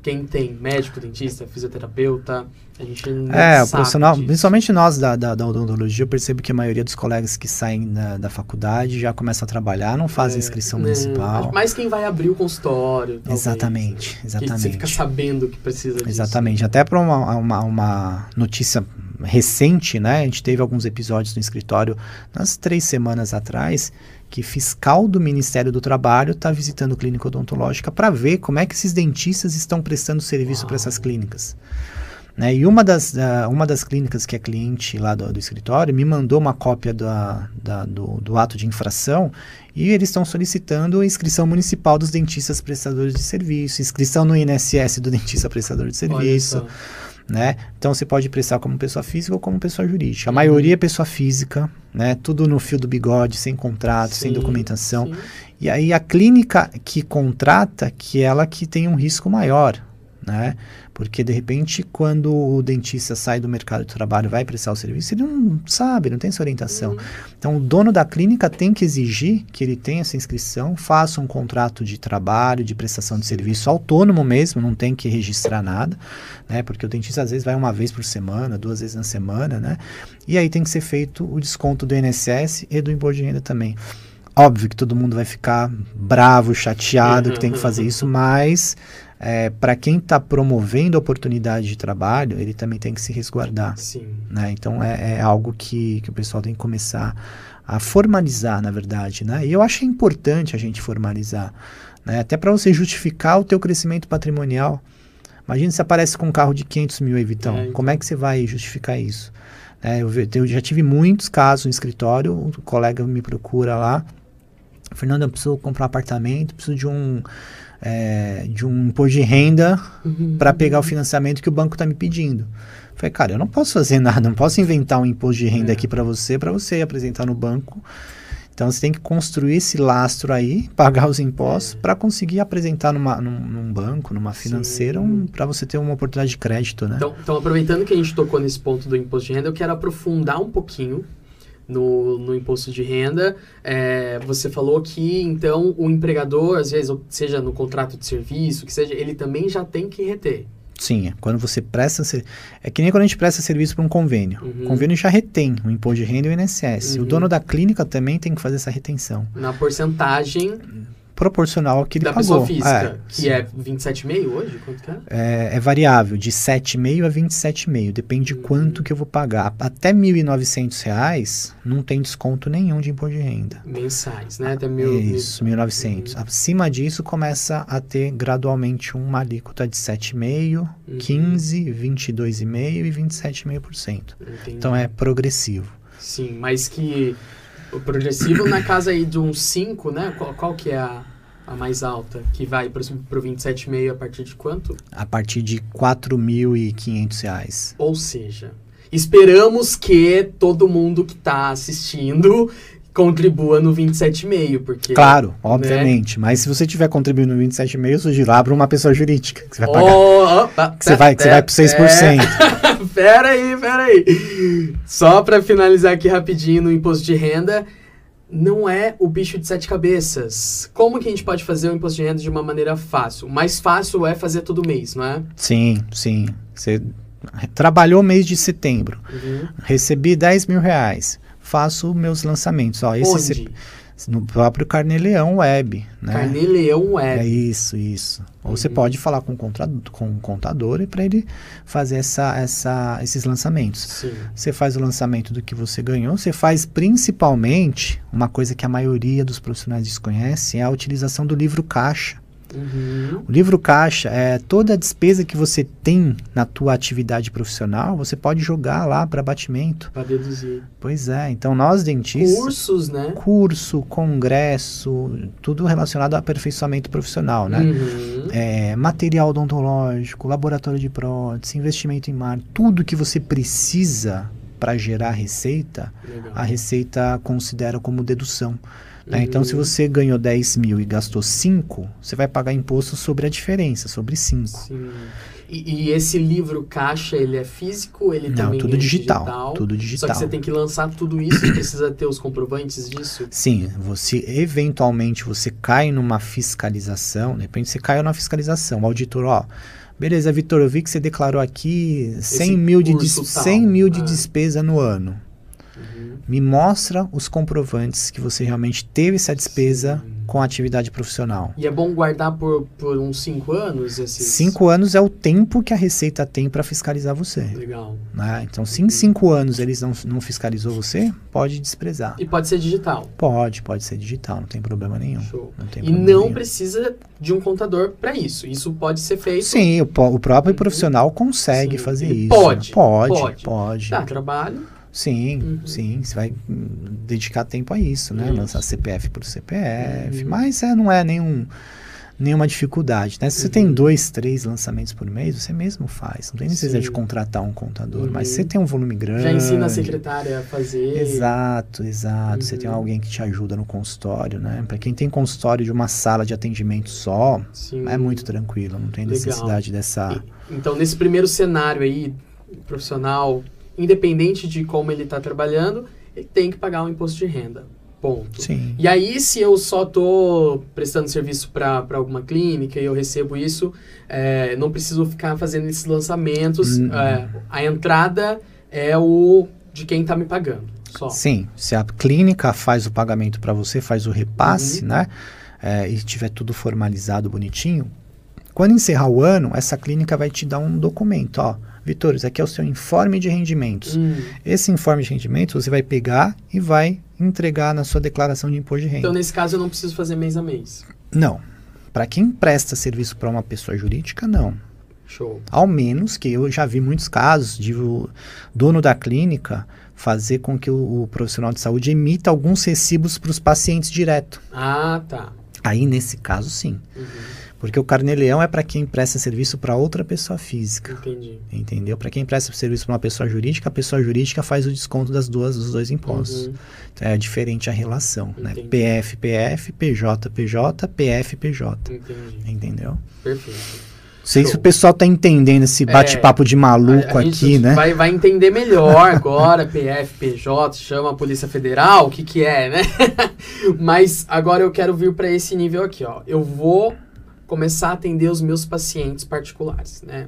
Quem tem médico, dentista, fisioterapeuta, a gente não o sabe profissional, disso. principalmente nós da odontologia, eu percebo que a maioria dos colegas que saem da faculdade já começam a trabalhar, não fazem inscrição municipal. Mas quem vai abrir o consultório, talvez, Exatamente. Que você fica sabendo que precisa disso. Exatamente. Até para uma notícia recente, né? A gente teve alguns episódios no escritório, nas 3 semanas atrás, que fiscal do Ministério do Trabalho está visitando clínica odontológica para ver como é que esses dentistas estão prestando serviço para essas clínicas. Né? E uma das clínicas que é cliente lá do escritório me mandou uma cópia do ato de infração e eles estão solicitando a inscrição municipal dos dentistas prestadores de serviço, inscrição no INSS do dentista prestador de serviço. Né? Então você pode prestar como pessoa física ou como pessoa jurídica. A maioria é pessoa física, né? Tudo no fio do bigode, sem contrato, sem documentação. Sim. E aí a clínica que contrata, que ela que tem um risco maior, né? Porque de repente quando o dentista sai do mercado de trabalho, vai prestar o serviço, ele não sabe, não tem essa orientação. Então o dono da clínica tem que exigir que ele tenha essa inscrição, faça um contrato de trabalho, de prestação de serviço autônomo mesmo, não tem que registrar nada, né? Porque o dentista às vezes vai uma vez por semana, 2 vezes na semana, né? E aí tem que ser feito o desconto do INSS e do imposto de renda também. Óbvio que todo mundo vai ficar bravo, chateado que tem que fazer isso, mas para quem está promovendo a oportunidade de trabalho, ele também tem que se resguardar. Sim. Né? Então é algo que o pessoal tem que começar a formalizar, na verdade. Né? E eu acho importante a gente formalizar, né? Até para você justificar o teu crescimento patrimonial. Imagina se aparece com um carro de 500 mil aí, Vitão. Então. Como é que você vai justificar isso? Eu já tive muitos casos no escritório, um colega me procura lá, Fernando, eu preciso comprar um apartamento, preciso de um imposto de renda para pegar o financiamento que o banco está me pedindo. Falei, cara, eu não posso fazer nada, não posso inventar um imposto de renda aqui para você apresentar no banco. Então, você tem que construir esse lastro aí, pagar os impostos, para conseguir apresentar num banco, numa financeira, para você ter uma oportunidade de crédito, né? Então, aproveitando que a gente tocou nesse ponto do imposto de renda, eu quero aprofundar um pouquinho no imposto de renda. Você falou que, então, o empregador, às vezes, seja no contrato de serviço, que seja, ele também já tem que reter. Sim, quando você presta... É que nem quando a gente presta serviço para um convênio. O convênio já retém o imposto de renda e o INSS. O dono da clínica também tem que fazer essa retenção. Na porcentagem... proporcional ao que ele da pagou. Da pessoa física, que é 27,5 hoje? Quanto que é? É variável, de 7,5 a 27,5. Depende de quanto que eu vou pagar. Até R$ 1.900 não tem desconto nenhum de imposto de renda. Mensais, né? Até Isso, 1.900. Acima disso, começa a ter gradualmente uma alíquota de 7,5, 15, 22,5 e 27,5%. Então é progressivo. Sim, mas que... O progressivo na casa aí de uns 5, né? Qual que é a mais alta? Que vai para o 27,5 a partir de quanto? A partir de R$ 4.500. Ou seja, esperamos que todo mundo que está assistindo contribua no 27,5, porque... Claro, obviamente. Né? Mas se você tiver contribuindo no 27,5, eu sugiro, abra uma pessoa jurídica, que você vai pagar. Você vai para 6%. Pera aí. Só para finalizar aqui rapidinho no imposto de renda, não é o bicho de 7 cabeças. Como que a gente pode fazer o imposto de renda de uma maneira fácil? O mais fácil é fazer todo mês, não é? Sim. Você trabalhou mês de setembro, recebi R$10.000. Faço meus lançamentos. Onde? No próprio Carnê-Leão Web. Né? Carnê-Leão Web. É isso. Ou você pode falar com o contador para ele fazer esses lançamentos. Sim. Você faz o lançamento do que você ganhou. Você faz principalmente, uma coisa que a maioria dos profissionais desconhece, é a utilização do livro caixa. O livro caixa é toda a despesa que você tem na tua atividade profissional, você pode jogar lá para abatimento. Para deduzir. Pois é, então nós dentistas... Cursos, né? Curso, congresso, tudo relacionado a aperfeiçoamento profissional, né? Material odontológico, laboratório de prótese, investimento em marketing, tudo que você precisa para gerar receita, a Receita considera como dedução. Então, se você ganhou 10 mil e gastou 5, você vai pagar imposto sobre a diferença, sobre 5. Sim. E esse livro caixa, ele é físico? Ele também tudo é digital. Tudo digital. Só que você tem que lançar tudo isso e precisa ter os comprovantes disso? Sim, eventualmente você cai numa fiscalização, de repente você caiu na fiscalização, o auditor, Beleza, Vitor, eu vi que você declarou aqui 100 Esse mil de despesa no ano. Me mostra os comprovantes que você realmente teve essa despesa com a atividade profissional. E é bom guardar por uns 5 anos? 5 anos é o tempo que a Receita tem para fiscalizar você. Legal. Né? Então, se em 5 anos eles não fiscalizou você, pode desprezar. E pode ser digital? Pode ser digital, não tem problema nenhum. Show. E não precisa de um contador para isso. Isso pode ser feito... Sim, o próprio profissional consegue fazer isso. Pode. Dá trabalho. Sim, você vai dedicar tempo a isso, né? Lançar CPF por CPF, mas não é nenhuma dificuldade, né? Se você tem 2, 3 lançamentos por mês, você mesmo faz. Não tem necessidade de contratar um contador, mas você tem um volume grande. Já ensina a secretária a fazer. Exato. Você tem alguém que te ajuda no consultório, né? Para quem tem consultório de uma sala de atendimento só, é muito tranquilo, não tem necessidade dessa... Então, nesse primeiro cenário aí, profissional... Independente de como ele está trabalhando, ele tem que pagar um imposto de renda. Ponto. Sim. E aí, se eu só estou prestando serviço para alguma clínica e eu recebo isso, não preciso ficar fazendo esses lançamentos. A entrada é o de quem está me pagando. Só. Sim. Se a clínica faz o pagamento para você, faz o repasse, né? E tiver tudo formalizado, bonitinho, quando encerrar o ano, essa clínica vai te dar um documento, ó. Vitor, esse aqui é o seu informe de rendimentos. Esse informe de rendimentos você vai pegar e vai entregar na sua declaração de imposto de renda. Então, nesse caso, eu não preciso fazer mês a mês? Não. Para quem presta serviço para uma pessoa jurídica, não. Show. Ao menos que eu já vi muitos casos de o dono da clínica fazer com que o profissional de saúde emita alguns recibos para os pacientes direto. Ah, tá. Aí, nesse caso, sim. Porque o carnê-leão é para quem presta serviço para outra pessoa física. Entendi. Entendeu? Para quem presta serviço para uma pessoa jurídica, a pessoa jurídica faz o desconto dos dois impostos. Então, é diferente a relação. Né? PF, PF, PJ, PJ, PF, PJ. Entendi. Entendeu? Perfeito. Não sei se o pessoal tá entendendo esse bate-papo de maluco aqui, né? Vai entender melhor agora, PF, PJ, chama a Polícia Federal, o que é, né? Mas agora eu quero vir para esse nível aqui, ó. Eu vou começar a atender os meus pacientes particulares, né?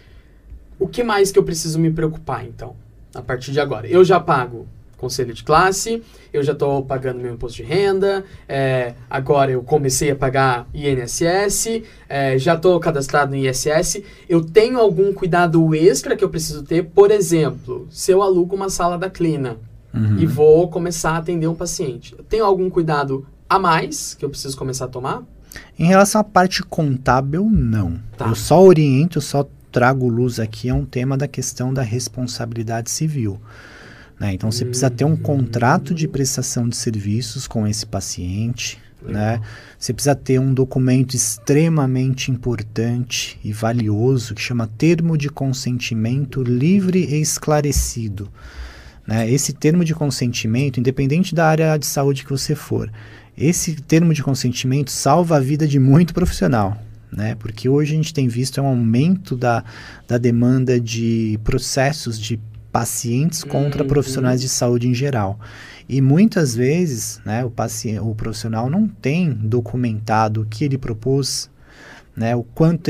O que mais que eu preciso me preocupar, então, a partir de agora? Eu já pago conselho de classe, eu já estou pagando meu imposto de renda, agora eu comecei a pagar INSS, já estou cadastrado no ISS. Eu tenho algum cuidado extra que eu preciso ter? Por exemplo, se eu alugo uma sala da Clina e vou começar a atender um paciente, eu tenho algum cuidado a mais que eu preciso começar a tomar? Em relação à parte contábil, não. Tá. Eu só oriento, só trago luz aqui a um tema da questão da responsabilidade civil. Né? Então, você precisa ter um contrato de prestação de serviços com esse paciente. Né? Você precisa ter um documento extremamente importante e valioso que chama Termo de Consentimento Livre e Esclarecido. Né? Esse termo de consentimento, independente da área de saúde que você for, esse termo de consentimento salva a vida de muito profissional, né? Porque hoje a gente tem visto um aumento da demanda de processos de pacientes contra profissionais de saúde em geral. E muitas vezes, né, o profissional não tem documentado o que ele propôs, né, o quanto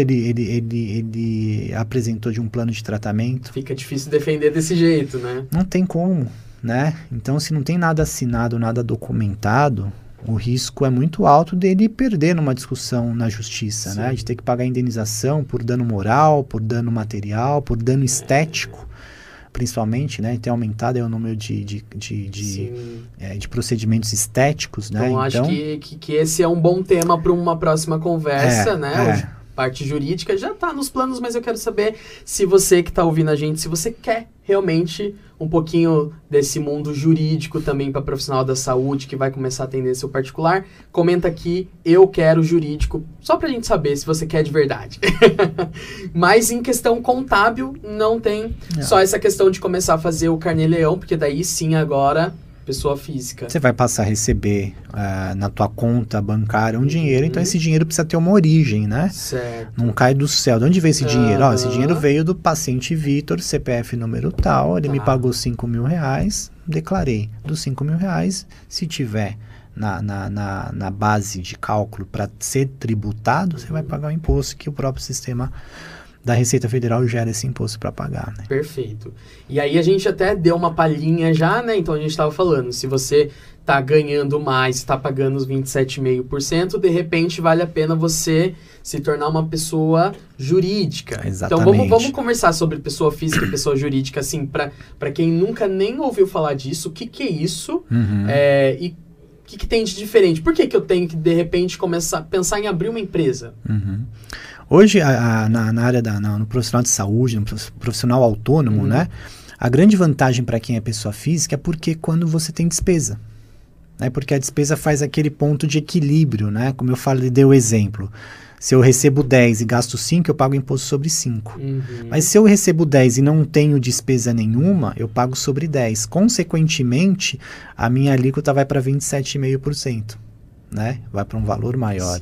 ele apresentou de um plano de tratamento. Fica difícil defender desse jeito, né? Não tem como, né? Então, se não tem nada assinado, nada documentado, o risco é muito alto dele perder numa discussão na justiça, né? De ter que pagar indenização por dano moral, por dano material, por dano estético, principalmente, né? Tem aumentado aí o número de procedimentos estéticos, né? Então, acho que esse é um bom tema para uma próxima conversa, né? Parte jurídica já está nos planos, mas eu quero saber se você que está ouvindo a gente, se você quer realmente um pouquinho desse mundo jurídico também para profissional da saúde que vai começar a atender seu particular, comenta aqui, eu quero jurídico, só para a gente saber se você quer de verdade. Mas em questão contábil, não tem só essa questão de começar a fazer o carnê-leão, porque daí sim agora... pessoa física. Você vai passar a receber na tua conta bancária um dinheiro, então esse dinheiro precisa ter uma origem, né? Certo. Não cai do céu. De onde veio esse dinheiro? Esse dinheiro veio do paciente Vitor, CPF número tal, ele me pagou 5 mil reais, declarei. Dos 5 mil reais, se tiver na base de cálculo para ser tributado, você vai pagar o imposto que o próprio sistema da Receita Federal gera esse imposto para pagar, né? Perfeito. E aí a gente até deu uma palhinha já, né? Então a gente estava falando, se você está ganhando mais, está pagando os 27,5%, de repente vale a pena você se tornar uma pessoa jurídica. Exatamente. Então vamos conversar sobre pessoa física e pessoa jurídica, assim, para quem nunca nem ouviu falar disso, o que é isso e o que tem de diferente? Por que eu tenho que, de repente, começar a pensar em abrir uma empresa? Hoje, na área no profissional de saúde, no profissional autônomo, né? A grande vantagem para quem é pessoa física é porque quando você tem despesa. Né? Porque a despesa faz aquele ponto de equilíbrio, né? Como eu falei, dei o exemplo. Se eu recebo 10 e gasto 5, eu pago imposto sobre 5. Mas se eu recebo 10 e não tenho despesa nenhuma, eu pago sobre 10. Consequentemente, a minha alíquota vai para 27,5%. Né? Vai para um valor maior.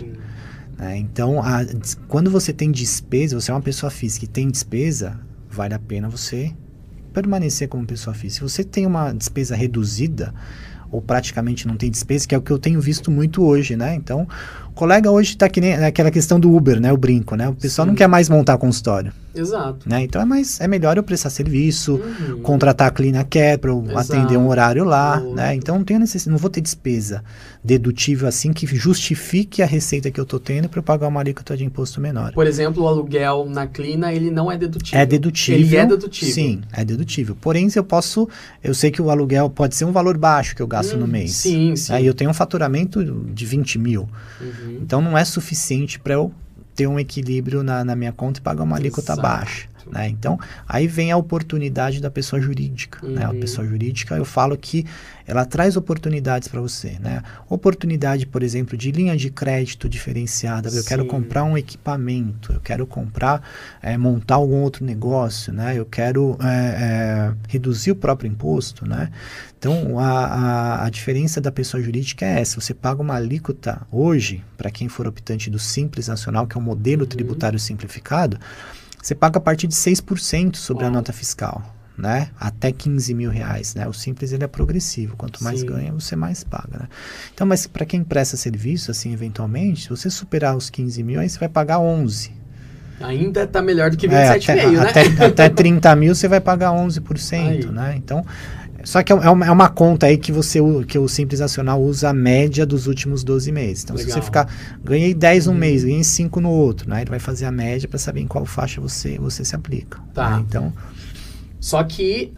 Então, quando você tem despesa, você é uma pessoa física e tem despesa, vale a pena você permanecer como pessoa física. Se você tem uma despesa reduzida, ou praticamente não tem despesa, que é o que eu tenho visto muito hoje, né? Então, o colega hoje está que nem aquela questão do Uber, né? O brinco, né? O pessoal não quer mais montar consultório. Exato. Né? Então, é melhor eu prestar serviço, contratar a Clean Care para eu atender um horário lá, né? Então, não tenho necessidade, não vou ter despesa dedutível assim que justifique a receita que eu estou tendo para eu pagar uma alíquota de imposto menor. Por exemplo, o aluguel na Clina, ele não é dedutível. É dedutível. Ele é dedutível. Sim, é dedutível. Porém, se eu sei que o aluguel pode ser um valor baixo que eu gasto no mês. Sim. Aí eu tenho um faturamento de 20 mil. Então, não é suficiente para eu ter um equilíbrio na minha conta e pagar uma alíquota baixa. Né? Então, aí vem a oportunidade da pessoa jurídica. Né? A pessoa jurídica, eu falo que ela traz oportunidades para você. Né? Oportunidade, por exemplo, de linha de crédito diferenciada. Eu quero comprar um equipamento, eu quero montar algum outro negócio, né? Eu quero reduzir o próprio imposto. Né? Então, a diferença da pessoa jurídica é essa. Você paga uma alíquota hoje, para quem for optante do Simples Nacional, que é um modelo tributário simplificado, você paga a partir de 6% sobre a nota fiscal, né? Até R$15 mil, né? O Simples, ele é progressivo. Quanto mais ganha, você mais paga, né? Então, mas para quem presta serviço, assim, eventualmente, se você superar os 15 mil, aí você vai pagar 11. Ainda está melhor do que 27,5, né? Até 30 mil, você vai pagar 11%, né? Então, só que é uma conta aí que o Simples Nacional usa a média dos últimos 12 meses. Então, se você ganhei 10 um mês, ganhei 5 no outro, né? Ele vai fazer a média para saber em qual faixa você se aplica. Tá. Né? Então, só que,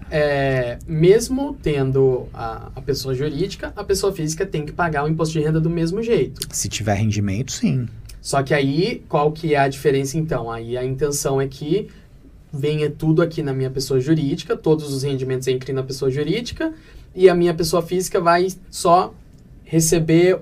mesmo tendo a pessoa jurídica, a pessoa física tem que pagar o imposto de renda do mesmo jeito. Se tiver rendimento, sim. Só que aí, qual que é a diferença então? Aí a intenção é que venha tudo aqui na minha pessoa jurídica, todos os rendimentos entrem na pessoa jurídica, e a minha pessoa física vai só receber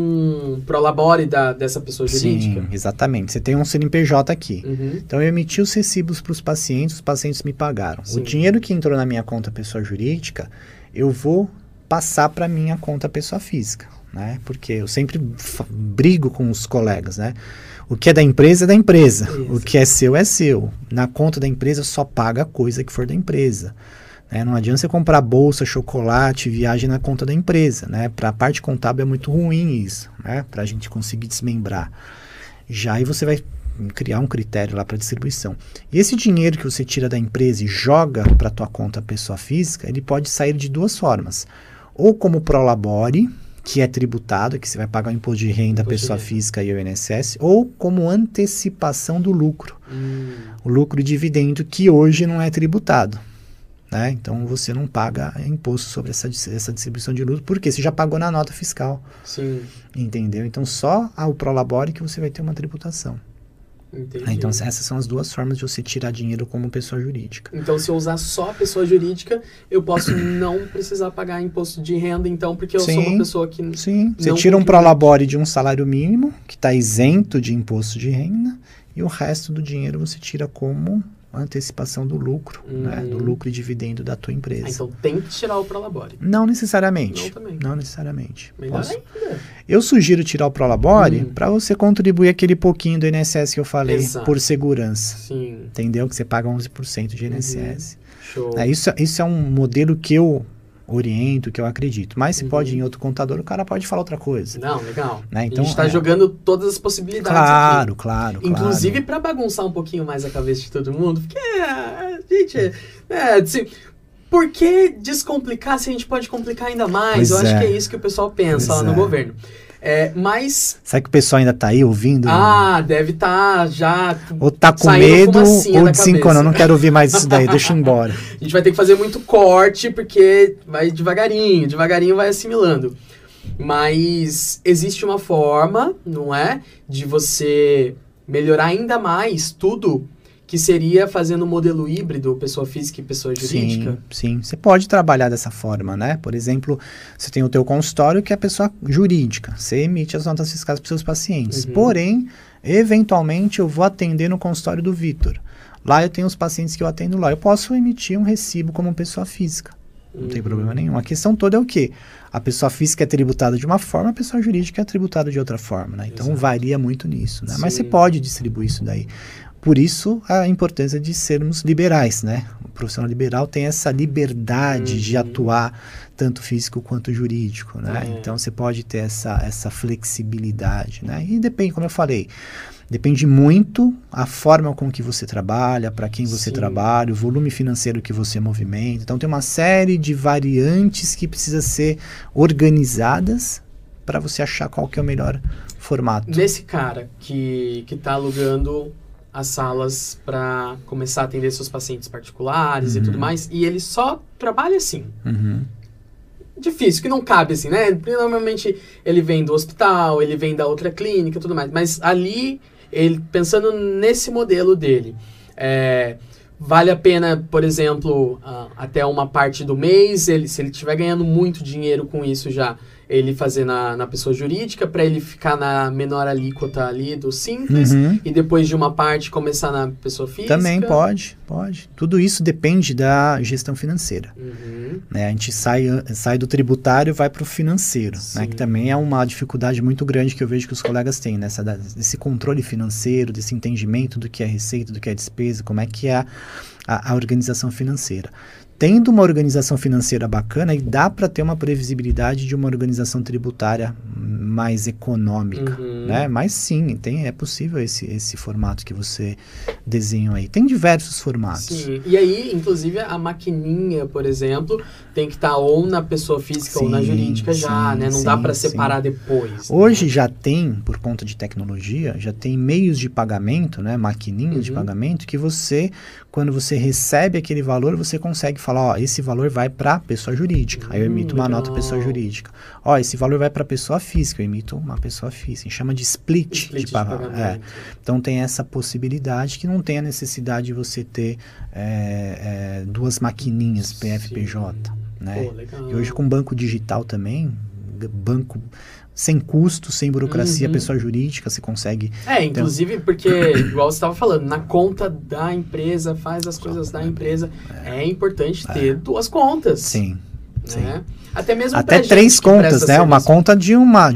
um prolabore dessa pessoa jurídica. Sim, exatamente. Você tem um CNPJ aqui. Então, eu emiti os recibos para os pacientes me pagaram. O dinheiro que entrou na minha conta pessoa jurídica, eu vou passar para minha conta pessoa física, né? Porque eu sempre brigo com os colegas, né? O que é da empresa é da empresa. Isso. O que é seu é seu. Na conta da empresa só paga a coisa que for da empresa. Né? Não adianta você comprar bolsa, chocolate, viagem na conta da empresa. Né? Para a parte contábil é muito ruim isso, né? Para a gente conseguir desmembrar. Já aí você vai criar um critério lá para distribuição. E esse dinheiro que você tira da empresa e joga para a tua conta pessoa física, ele pode sair de duas formas. Ou como prolabore, que é tributado, que você vai pagar o imposto de renda pessoa física e o INSS, ou como antecipação do lucro. O lucro dividendo que hoje não é tributado. Né? Então, você não paga imposto sobre essa distribuição de lucro, porque você já pagou na nota fiscal. Sim. Entendeu? Então, só ao prolabore que você vai ter uma tributação. Entendi. Então, essas são as duas formas de você tirar dinheiro como pessoa jurídica. Então, se eu usar só a pessoa jurídica, eu posso não precisar pagar imposto de renda, então, porque eu sou uma pessoa que Sim, você tira um prolabore de um salário mínimo, que está isento de imposto de renda, e o resto do dinheiro você tira como antecipação do lucro, né? Do lucro e dividendo da tua empresa. Então, tem que tirar o prolabore. Não necessariamente. Não também. Não necessariamente. Melhor ainda. Eu sugiro tirar o prolabore para você contribuir aquele pouquinho do INSS que eu falei, por segurança. Sim. Entendeu? Que você paga 11% de INSS. Show. Isso é um modelo que eu oriento, o que eu acredito. Mas se pode ir em outro contador, o cara pode falar outra coisa. Não, legal. Né? Então, a gente tá jogando todas as possibilidades claro, aqui. Claro. Inclusive para bagunçar um pouquinho mais a cabeça de todo mundo, porque, gente, assim, por que descomplicar se a gente pode complicar ainda mais? Pois eu acho que é isso que o pessoal pensa lá no governo. Mas... Será que o pessoal ainda tá aí ouvindo? Deve estar já... Ou tá com medo, ou desencanou, não quero ouvir mais isso daí, deixa eu ir embora. A gente vai ter que fazer muito corte, porque vai devagarinho vai assimilando. Mas existe uma forma, não é? De você melhorar ainda mais tudo, que seria fazendo um modelo híbrido, pessoa física e pessoa jurídica. Sim. Você pode trabalhar dessa forma, né? Por exemplo, você tem o teu consultório que é a pessoa jurídica. Você emite as notas fiscais para os seus pacientes. Porém, eventualmente, eu vou atender no consultório do Vitor. Lá eu tenho os pacientes que eu atendo lá. Eu posso emitir um recibo como pessoa física. Não tem problema nenhum. A questão toda é o quê? A pessoa física é tributada de uma forma, a pessoa jurídica é tributada de outra forma, né? Então, varia muito nisso, né? Mas você pode distribuir isso daí. Por isso, a importância de sermos liberais, né? O profissional liberal tem essa liberdade de atuar tanto físico quanto jurídico, né? Então, você pode ter essa flexibilidade, né? E depende, como eu falei, depende muito a forma com que você trabalha, para quem você trabalha, o volume financeiro que você movimenta. Então, tem uma série de variantes que precisam ser organizadas para você achar qual que é o melhor formato. Nesse cara que tá alugando as salas para começar a atender seus pacientes particulares e tudo mais, e ele só trabalha assim. Difícil, que não cabe assim, né? Porque normalmente ele vem do hospital, ele vem da outra clínica e tudo mais, mas ali, ele pensando nesse modelo dele, vale a pena, por exemplo, até uma parte do mês, se ele estiver ganhando muito dinheiro com isso já, ele fazer na pessoa jurídica, para ele ficar na menor alíquota ali do simples, e depois de uma parte começar na pessoa física? Também pode. Tudo isso depende da gestão financeira. Né? A gente sai do tributário e vai para o financeiro, né? Que também é uma dificuldade muito grande que eu vejo que os colegas têm, né? Desse controle financeiro, desse entendimento do que é receita, do que é despesa, como é que é a organização financeira. Tendo uma organização financeira bacana, e dá para ter uma previsibilidade de uma organização tributária mais econômica, né? Mas sim, é possível esse formato que você desenhou aí. Tem diversos formatos. Sim, e aí, inclusive, a maquininha, por exemplo, tem que estar ou na pessoa física ou na jurídica já, né? Não dá para separar depois. Hoje já tem, por conta de tecnologia, já tem meios de pagamento, né? Maquininhas de pagamento que você, quando você recebe aquele valor, você consegue falar, esse valor vai para pessoa jurídica. Aí eu emito uma nota pessoa jurídica. Esse valor vai para pessoa física, eu emito uma pessoa física. A gente chama de split de pagamento. Então tem essa possibilidade que não tem a necessidade de você ter duas maquininhas PFPJ. Né? Pô, legal. E hoje com banco digital também, banco sem custo, sem burocracia, pessoa jurídica, você consegue... Inclusive porque, igual você estava falando, na conta da empresa, faz as coisas da empresa, é importante ter duas contas. Sim. Né? Até mesmo até três contas, né? Uma conta de uma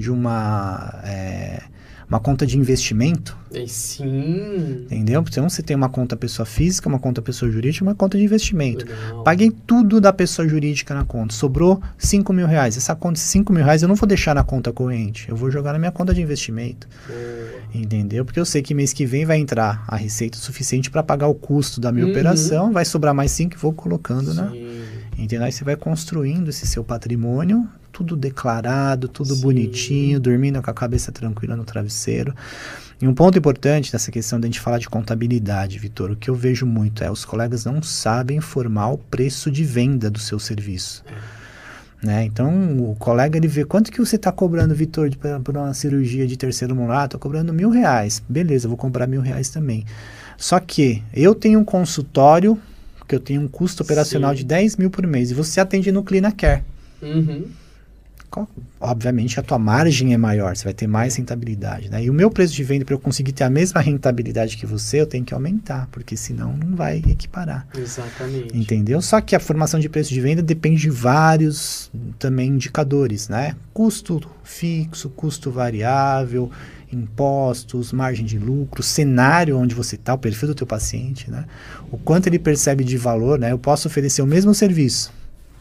conta de investimento. Sim. Entendeu? Então você tem uma conta pessoa física, uma conta pessoa jurídica e uma conta de investimento. Legal. Paguei tudo da pessoa jurídica na conta. Sobrou R$5.000. Essa conta de R$5.000 eu não vou deixar na conta corrente. Eu vou jogar na minha conta de investimento. Entendeu? Porque eu sei que mês que vem vai entrar a receita suficiente para pagar o custo da minha operação. Vai sobrar mais 5 e vou colocando, né? Entendeu? Aí você vai construindo esse seu patrimônio, tudo declarado, tudo bonitinho, dormindo com a cabeça tranquila no travesseiro. E um ponto importante dessa questão de a gente falar de contabilidade, Vitor, o que eu vejo muito os colegas não sabem informar o preço de venda do seu serviço. Né? Então, o colega, ele vê quanto que você está cobrando, Vitor, por uma cirurgia de terceiro mundo. Estou cobrando R$1.000. Beleza, vou comprar R$1.000 também. Só que eu tenho um consultório que eu tenho um custo operacional de 10 mil por mês e você atende no Clinacare. Obviamente a tua margem é maior, você vai ter mais rentabilidade, né? E o meu preço de venda, para eu conseguir ter a mesma rentabilidade que você, eu tenho que aumentar, porque senão não vai equiparar. Exatamente. Entendeu? Só que a formação de preço de venda depende de vários também indicadores, né? Custo fixo, custo variável, impostos, margem de lucro, cenário onde você está, o perfil do teu paciente, né? O quanto ele percebe de valor, né? Eu posso oferecer o mesmo serviço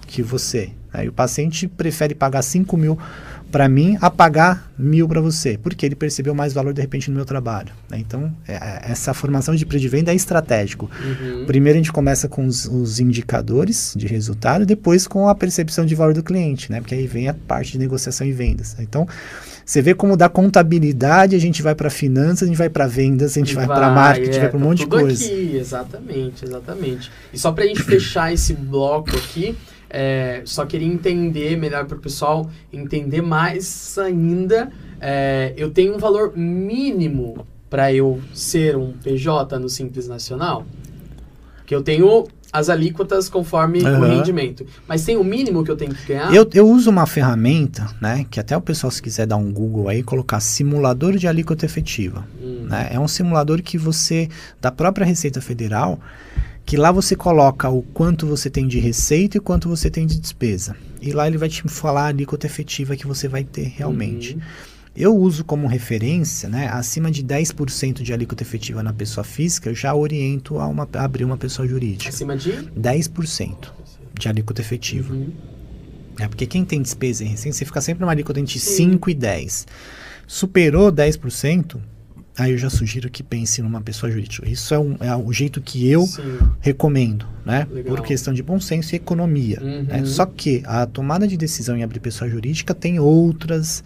que você. Aí o paciente prefere pagar 5 mil para mim a pagar 1.000 para você, porque ele percebeu mais valor de repente no meu trabalho, né? Então, essa formação de preço de venda é estratégico. Primeiro a gente começa com os indicadores de resultado, depois com a percepção de valor do cliente, né? Porque aí vem a parte de negociação e vendas. Então, você vê como da contabilidade a gente vai para finanças, a gente vai para vendas, a gente vai para marketing, a gente vai para um monte de coisa. Aqui, exatamente. E só para a gente fechar esse bloco aqui, só queria entender melhor para o pessoal entender mais ainda. Eu tenho um valor mínimo para eu ser um PJ no Simples Nacional, que eu tenho as alíquotas conforme o rendimento, mas tem o mínimo que eu tenho que ganhar? Eu uso uma ferramenta, né, que até o pessoal, se quiser dar um Google aí, colocar simulador de alíquota efetiva, né? É um simulador que você, da própria Receita Federal, que lá você coloca o quanto você tem de receita e quanto você tem de despesa. E lá ele vai te falar a alíquota efetiva que você vai ter realmente. Eu uso como referência, né, acima de 10% de alíquota efetiva na pessoa física, eu já oriento a abrir uma pessoa jurídica. Acima de? 10% de alíquota efetiva. Porque quem tem despesa em receita, você fica sempre numa alíquota entre 5 e 10. Superou 10%, aí eu já sugiro que pense numa pessoa jurídica. Isso é o jeito que eu recomendo, né? Legal. Por questão de bom senso e economia. Né? Só que a tomada de decisão em abrir pessoa jurídica tem outras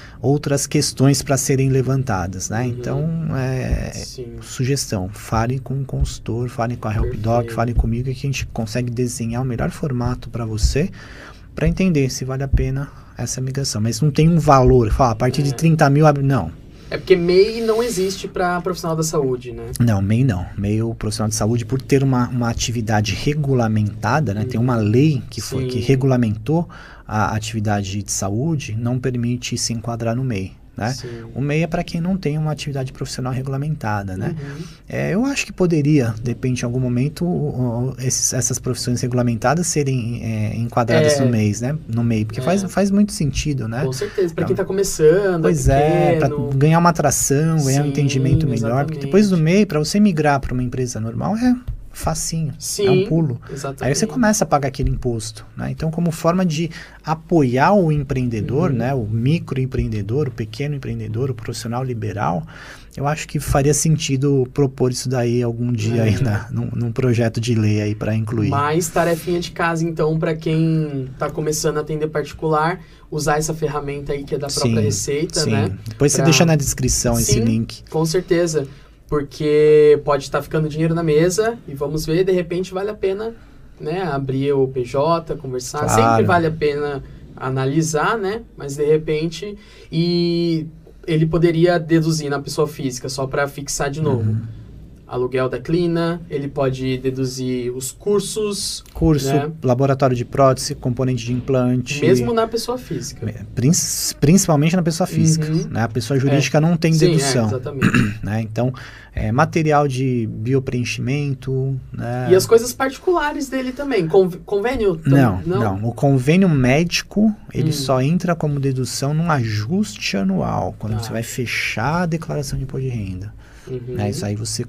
questões para serem levantadas, né? Então, sugestão, falem com o consultor, falem com a HelpDoc, falem comigo, que a gente consegue desenhar o melhor formato para você, para entender se vale a pena essa migração. Mas não tem um valor, fala, a partir de 30 mil, não. É porque MEI não existe para profissional da saúde, né? Não, MEI não. MEI, o profissional de saúde, por ter uma atividade regulamentada, né? Tem uma lei que regulamentou a atividade de saúde, não permite se enquadrar no MEI, né? O MEI é para quem não tem uma atividade profissional regulamentada, né? Eu acho que poderia, de repente, em algum momento, essas profissões regulamentadas serem enquadradas no MEI, né? No MEI, porque faz muito sentido, né? Com certeza, para quem está começando. Pois para ganhar uma atração, ganhar um entendimento melhor, porque depois do MEI, para você migrar para uma empresa normal, facinho, é um pulo. Exatamente. Aí você começa a pagar aquele imposto, né? Então, como forma de apoiar o empreendedor, né? O microempreendedor, o pequeno empreendedor, o profissional liberal, eu acho que faria sentido propor isso daí algum dia aí num projeto de lei aí para incluir. Mais tarefinha de casa, então, para quem está começando a atender particular, usar essa ferramenta aí que é da própria Receita, né? Depois você deixa na descrição esse link. Com certeza. Porque pode estar ficando dinheiro na mesa e vamos ver, de repente vale a pena, né, abrir o PJ, conversar. Claro. Sempre vale a pena analisar, né? Mas de repente, e ele poderia deduzir na pessoa física, só para fixar de novo. Aluguel da clina, ele pode deduzir os curso, né? Laboratório de prótese, componente de implante. Mesmo na pessoa física. Principalmente na pessoa física. Né? A pessoa jurídica não tem dedução. Exatamente. Né? Então, material de biopreenchimento. Né? E as coisas particulares dele também. Convênio? Não. O convênio médico, ele só entra como dedução num ajuste anual, quando você vai fechar a declaração de imposto de renda. Isso aí você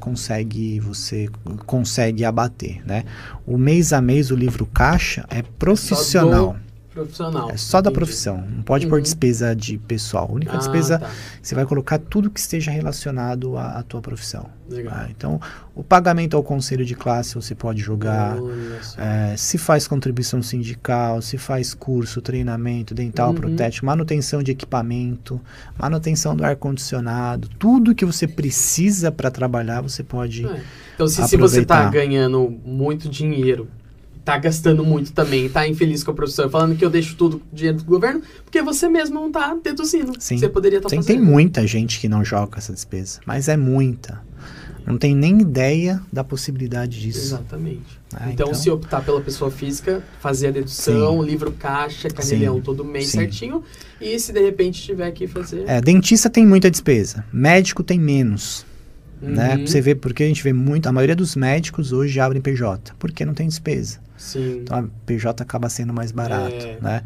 consegue abater, né? O mês a mês, o livro caixa é profissional. Profissional. É só da profissão. Não pode pôr despesa de pessoal. A única despesa, você vai colocar tudo que esteja relacionado à tua profissão. Legal. Então, o pagamento ao conselho de classe você pode jogar. Se faz contribuição sindical, se faz curso, treinamento, dental, protético, manutenção de equipamento, manutenção do ar-condicionado, tudo que você precisa para trabalhar, você pode Então, se você está ganhando muito dinheiro, tá gastando muito também, tá infeliz com a profissão, falando que eu deixo tudo dinheiro do governo, porque você mesmo não tá deduzindo. Você poderia estar fazendo. Tem muita gente que não joga essa despesa, mas é muita. Não tem nem ideia da possibilidade disso. Exatamente. Então, se optar pela pessoa física, fazer a dedução, livro caixa, canelhão todo mês certinho, e se de repente tiver que fazer... Dentista tem muita despesa, médico tem menos. Né? Você vê, porque a gente vê muito, a maioria dos médicos hoje abrem PJ, porque não tem despesa. Então a PJ acaba sendo mais barato, né?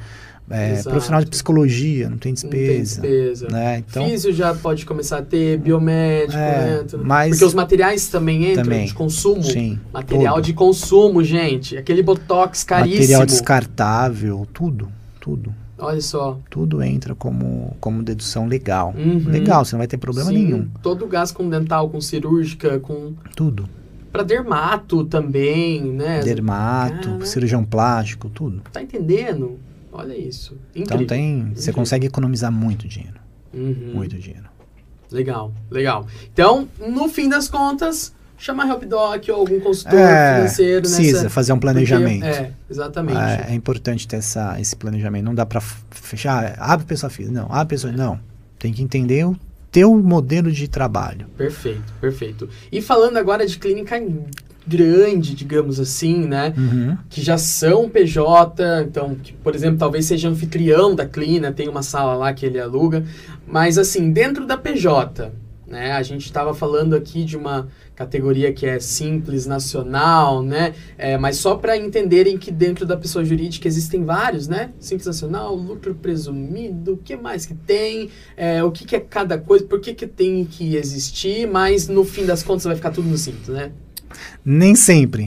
Exato. Profissional de psicologia, não tem despesa. Não tem despesa. Né? Então, Físio já pode começar a ter, biomédico, né? mas Porque os materiais também entram de consumo. Sim, material tudo. de consumo, gente. Aquele botox caríssimo. Material descartável, tudo. Olha só. Tudo entra como dedução legal. Legal, você não vai ter problema nenhum. Todo gasto com dental, com cirúrgica, com... Tudo. Pra dermato também, né? Dermato, cirurgião plástico, tudo. Tá entendendo? Olha isso. Incrível. Então você consegue economizar muito dinheiro. Muito dinheiro. Legal. Então, no fim das contas, chama a HelpDoc ou algum consultor financeiro. Precisa fazer um planejamento. Exatamente. É importante ter esse planejamento. Não dá para fechar, abre pessoa física. Não, abre pessoa... Não. Tem que entender o teu modelo de trabalho. Perfeito. E falando agora de clínica grande, digamos assim, né? Que já são PJ, então, que, por exemplo, talvez seja anfitrião da clínica, tem uma sala lá que ele aluga. Mas, assim, dentro da PJ, né? A gente estava falando aqui de uma categoria que é simples, nacional, né? Mas só para entenderem que dentro da pessoa jurídica existem vários, né? Simples nacional, lucro presumido, o que mais que tem, o que é cada coisa, por que tem que existir, mas no fim das contas vai ficar tudo no simples, né? Nem sempre.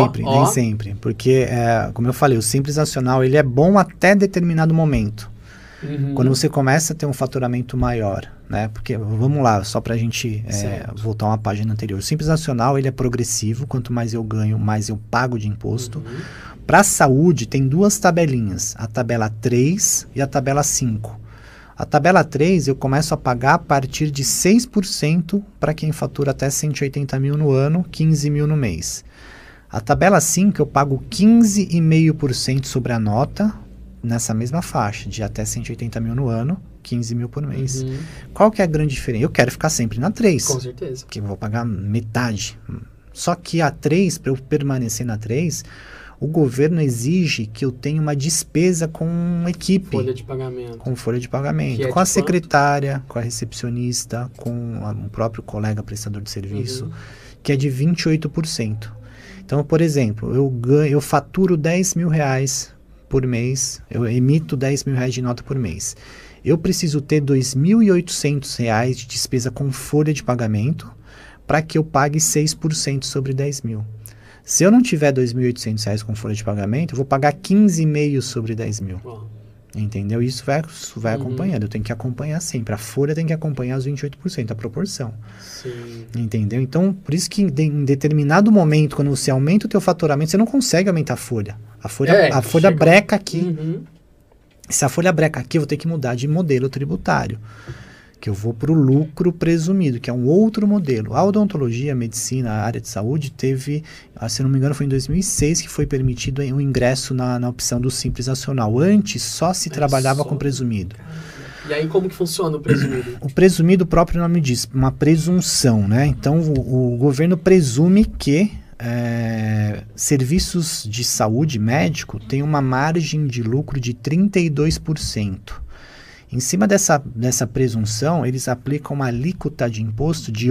Porque, como eu falei, o Simples Nacional ele é bom até determinado momento. Quando você começa a ter um faturamento maior, né? Porque, vamos lá, só para a gente voltar uma página anterior. O Simples Nacional ele é progressivo, quanto mais eu ganho, mais eu pago de imposto. Para a saúde, tem duas tabelinhas, a tabela 3 e a tabela 5. A tabela 3 eu começo a pagar a partir de 6% para quem fatura até 180 mil no ano, 15 mil no mês. A tabela 5 eu pago 15,5% sobre a nota, nessa mesma faixa, de até 180 mil no ano, 15 mil por mês. Qual que é a grande diferença? Eu quero ficar sempre na 3. Com certeza. Porque eu vou pagar metade. Só que a 3, para eu permanecer na 3... o governo exige que eu tenha uma despesa com equipe. Folha de pagamento. Com folha de pagamento. Com a secretária, com a recepcionista, com o próprio colega prestador de serviço, que é de 28%. Então, por exemplo, eu faturo 10 mil reais por mês, eu emito 10 mil reais de nota por mês. Eu preciso ter 2.800 reais de despesa com folha de pagamento para que eu pague 6% sobre 10 mil. Se eu não tiver 2.800 reais com folha de pagamento, eu vou pagar 15,5 sobre 10 mil. Entendeu? Isso vai acompanhando. Eu tenho que acompanhar sempre. A folha tem que acompanhar os 28%, a proporção. Sim. Entendeu? Então, por isso que em determinado momento, quando você aumenta o teu faturamento, você não consegue aumentar a folha. A folha breca aqui. Se a folha breca aqui, eu vou ter que mudar de modelo tributário. Que eu vou para o lucro presumido, que é um outro modelo. A odontologia, a medicina, a área de saúde teve, se não me engano, foi em 2006 que foi permitido o ingresso na opção do Simples Nacional. Antes, só se trabalhava com presumido. E aí, como que funciona o presumido? O presumido, o próprio nome diz, uma presunção, né? Então, o governo presume que serviços de saúde médico têm uma margem de lucro de 32%. Em cima dessa presunção, eles aplicam uma alíquota de imposto de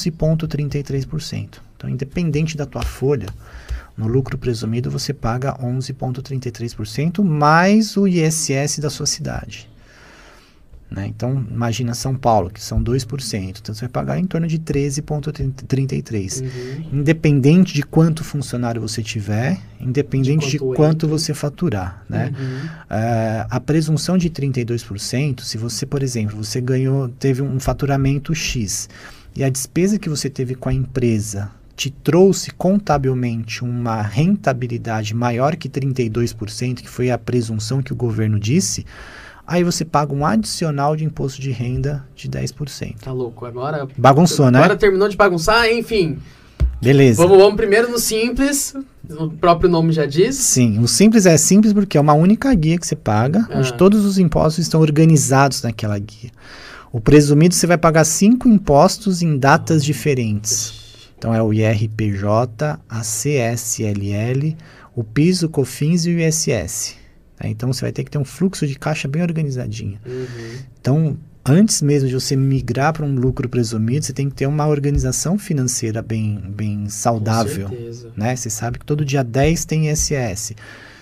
11,33%. Então, independente da tua folha, no lucro presumido você paga 11,33% mais o ISS da sua cidade. Né? Então, imagina São Paulo, que são 2%. Então, você vai pagar em torno de 13,33%. Independente de quanto funcionário você tiver, independente de quanto você faturar. Né? A presunção de 32%, se você, por exemplo, teve um faturamento X e a despesa que você teve com a empresa te trouxe contabilmente uma rentabilidade maior que 32%, que foi a presunção que o governo disse, aí você paga um adicional de imposto de renda de 10%. Tá louco, agora... Bagunçou, né? Agora terminou de bagunçar, enfim. Beleza. Vamos primeiro no simples, o próprio nome já diz. Sim, o simples é simples porque é uma única guia que você paga, onde todos os impostos estão organizados naquela guia. O presumido você vai pagar 5 impostos em datas diferentes. Então é o IRPJ, a CSLL, o PIS, o COFINS e o ISS. Então, você vai ter que ter um fluxo de caixa bem organizadinho. Então, antes mesmo de você migrar para um lucro presumido, você tem que ter uma organização financeira bem saudável. Com certeza. Né? Você sabe que todo dia 10 tem ISS.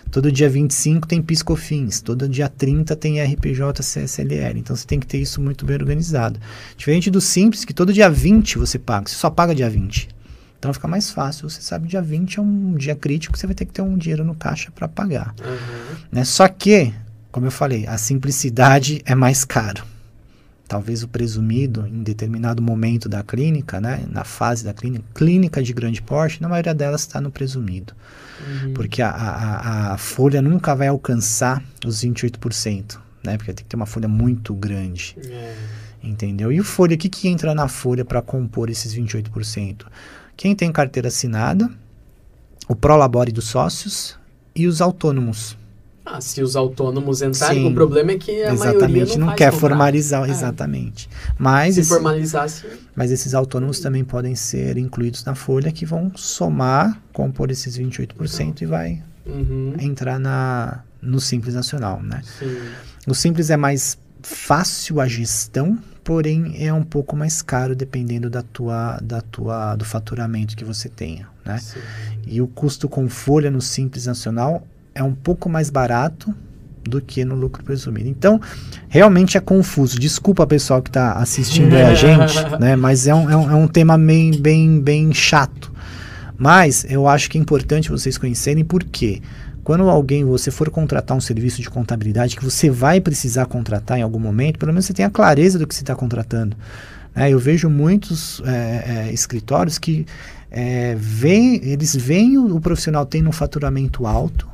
Todo dia 25 tem PIS/COFINS, todo dia 30 tem RPJ, CSLL. Então você tem que ter isso muito bem organizado. Diferente do Simples, que todo dia 20 você paga, você só paga dia 20. Então fica mais fácil, você sabe, dia 20 é um dia crítico, você vai ter que ter um dinheiro no caixa para pagar. Né? Só que, como eu falei, a simplicidade é mais caro. Talvez o presumido, em determinado momento da clínica, né, na fase da clínica de grande porte, na maioria delas está no presumido. Porque a folha nunca vai alcançar os 28%, né, porque tem que ter uma folha muito grande. Entendeu? E o folha, o que entra na folha para compor esses 28%? Quem tem carteira assinada, o prolabore dos sócios e os autônomos. Se os autônomos entrarem, Sim, o problema é que a maioria não quer formalizar, exatamente. Mas se formalizasse... Mas esses autônomos também podem ser incluídos na folha, que vão somar, compor esses 28% e vai entrar no Simples Nacional, né? Sim. O Simples é mais fácil a gestão, porém é um pouco mais caro dependendo do faturamento que você tenha, né? Sim. E o custo com folha no Simples Nacional é um pouco mais barato do que no lucro presumido. Então, realmente é confuso. Desculpa, pessoal que está assistindo a gente, né? Mas é um tema bem chato. Mas eu acho que é importante vocês conhecerem por quê. Quando você for contratar um serviço de contabilidade que você vai precisar contratar em algum momento, pelo menos você tenha clareza do que você está contratando. Eu vejo muitos escritórios que eles veem o profissional tendo um faturamento alto,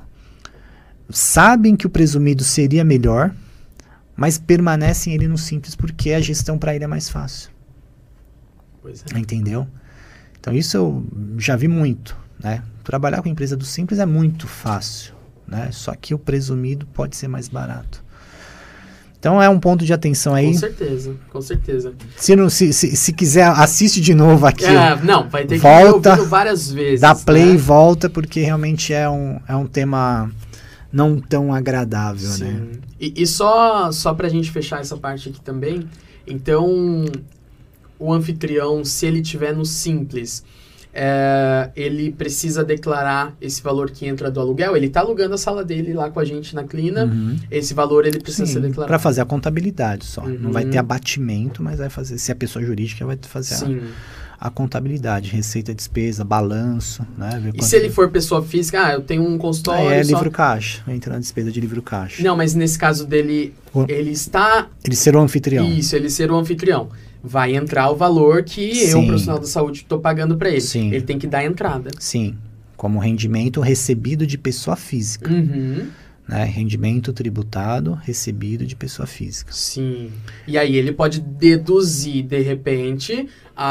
sabem que o presumido seria melhor, mas permanecem ele no Simples porque a gestão para ele é mais fácil. Pois é. Entendeu? Então isso eu já vi muito, né? Trabalhar com a empresa do Simples é muito fácil, né? Só que o presumido pode ser mais barato. Então é um ponto de atenção aí. Com certeza. Se quiser, assiste de novo aqui. Não, vai ter volta, que ir várias vezes. Dá play e volta, porque realmente é um tema não tão agradável, Sim. né? E só pra gente fechar essa parte aqui também, então o anfitrião, se ele tiver no Simples, ele precisa declarar esse valor que entra do aluguel. Ele está alugando a sala dele lá com a gente na Clina. Esse valor ele precisa ser declarado. Para fazer a contabilidade só. Não vai ter abatimento, mas vai fazer. Se é pessoa jurídica, vai fazer a contabilidade, receita, despesa, balanço, né? E se ele for pessoa física, eu tenho um consultório. Livro caixa. Entra na despesa de livro caixa. Não, mas nesse caso dele, ele ser o anfitrião. Isso, ele ser o anfitrião. Vai entrar o valor que eu, profissional da saúde, estou pagando para ele. Sim. Ele tem que dar a entrada. Sim, como rendimento recebido de pessoa física. Né? Rendimento tributado recebido de pessoa física. Sim. E aí ele pode deduzir, de repente,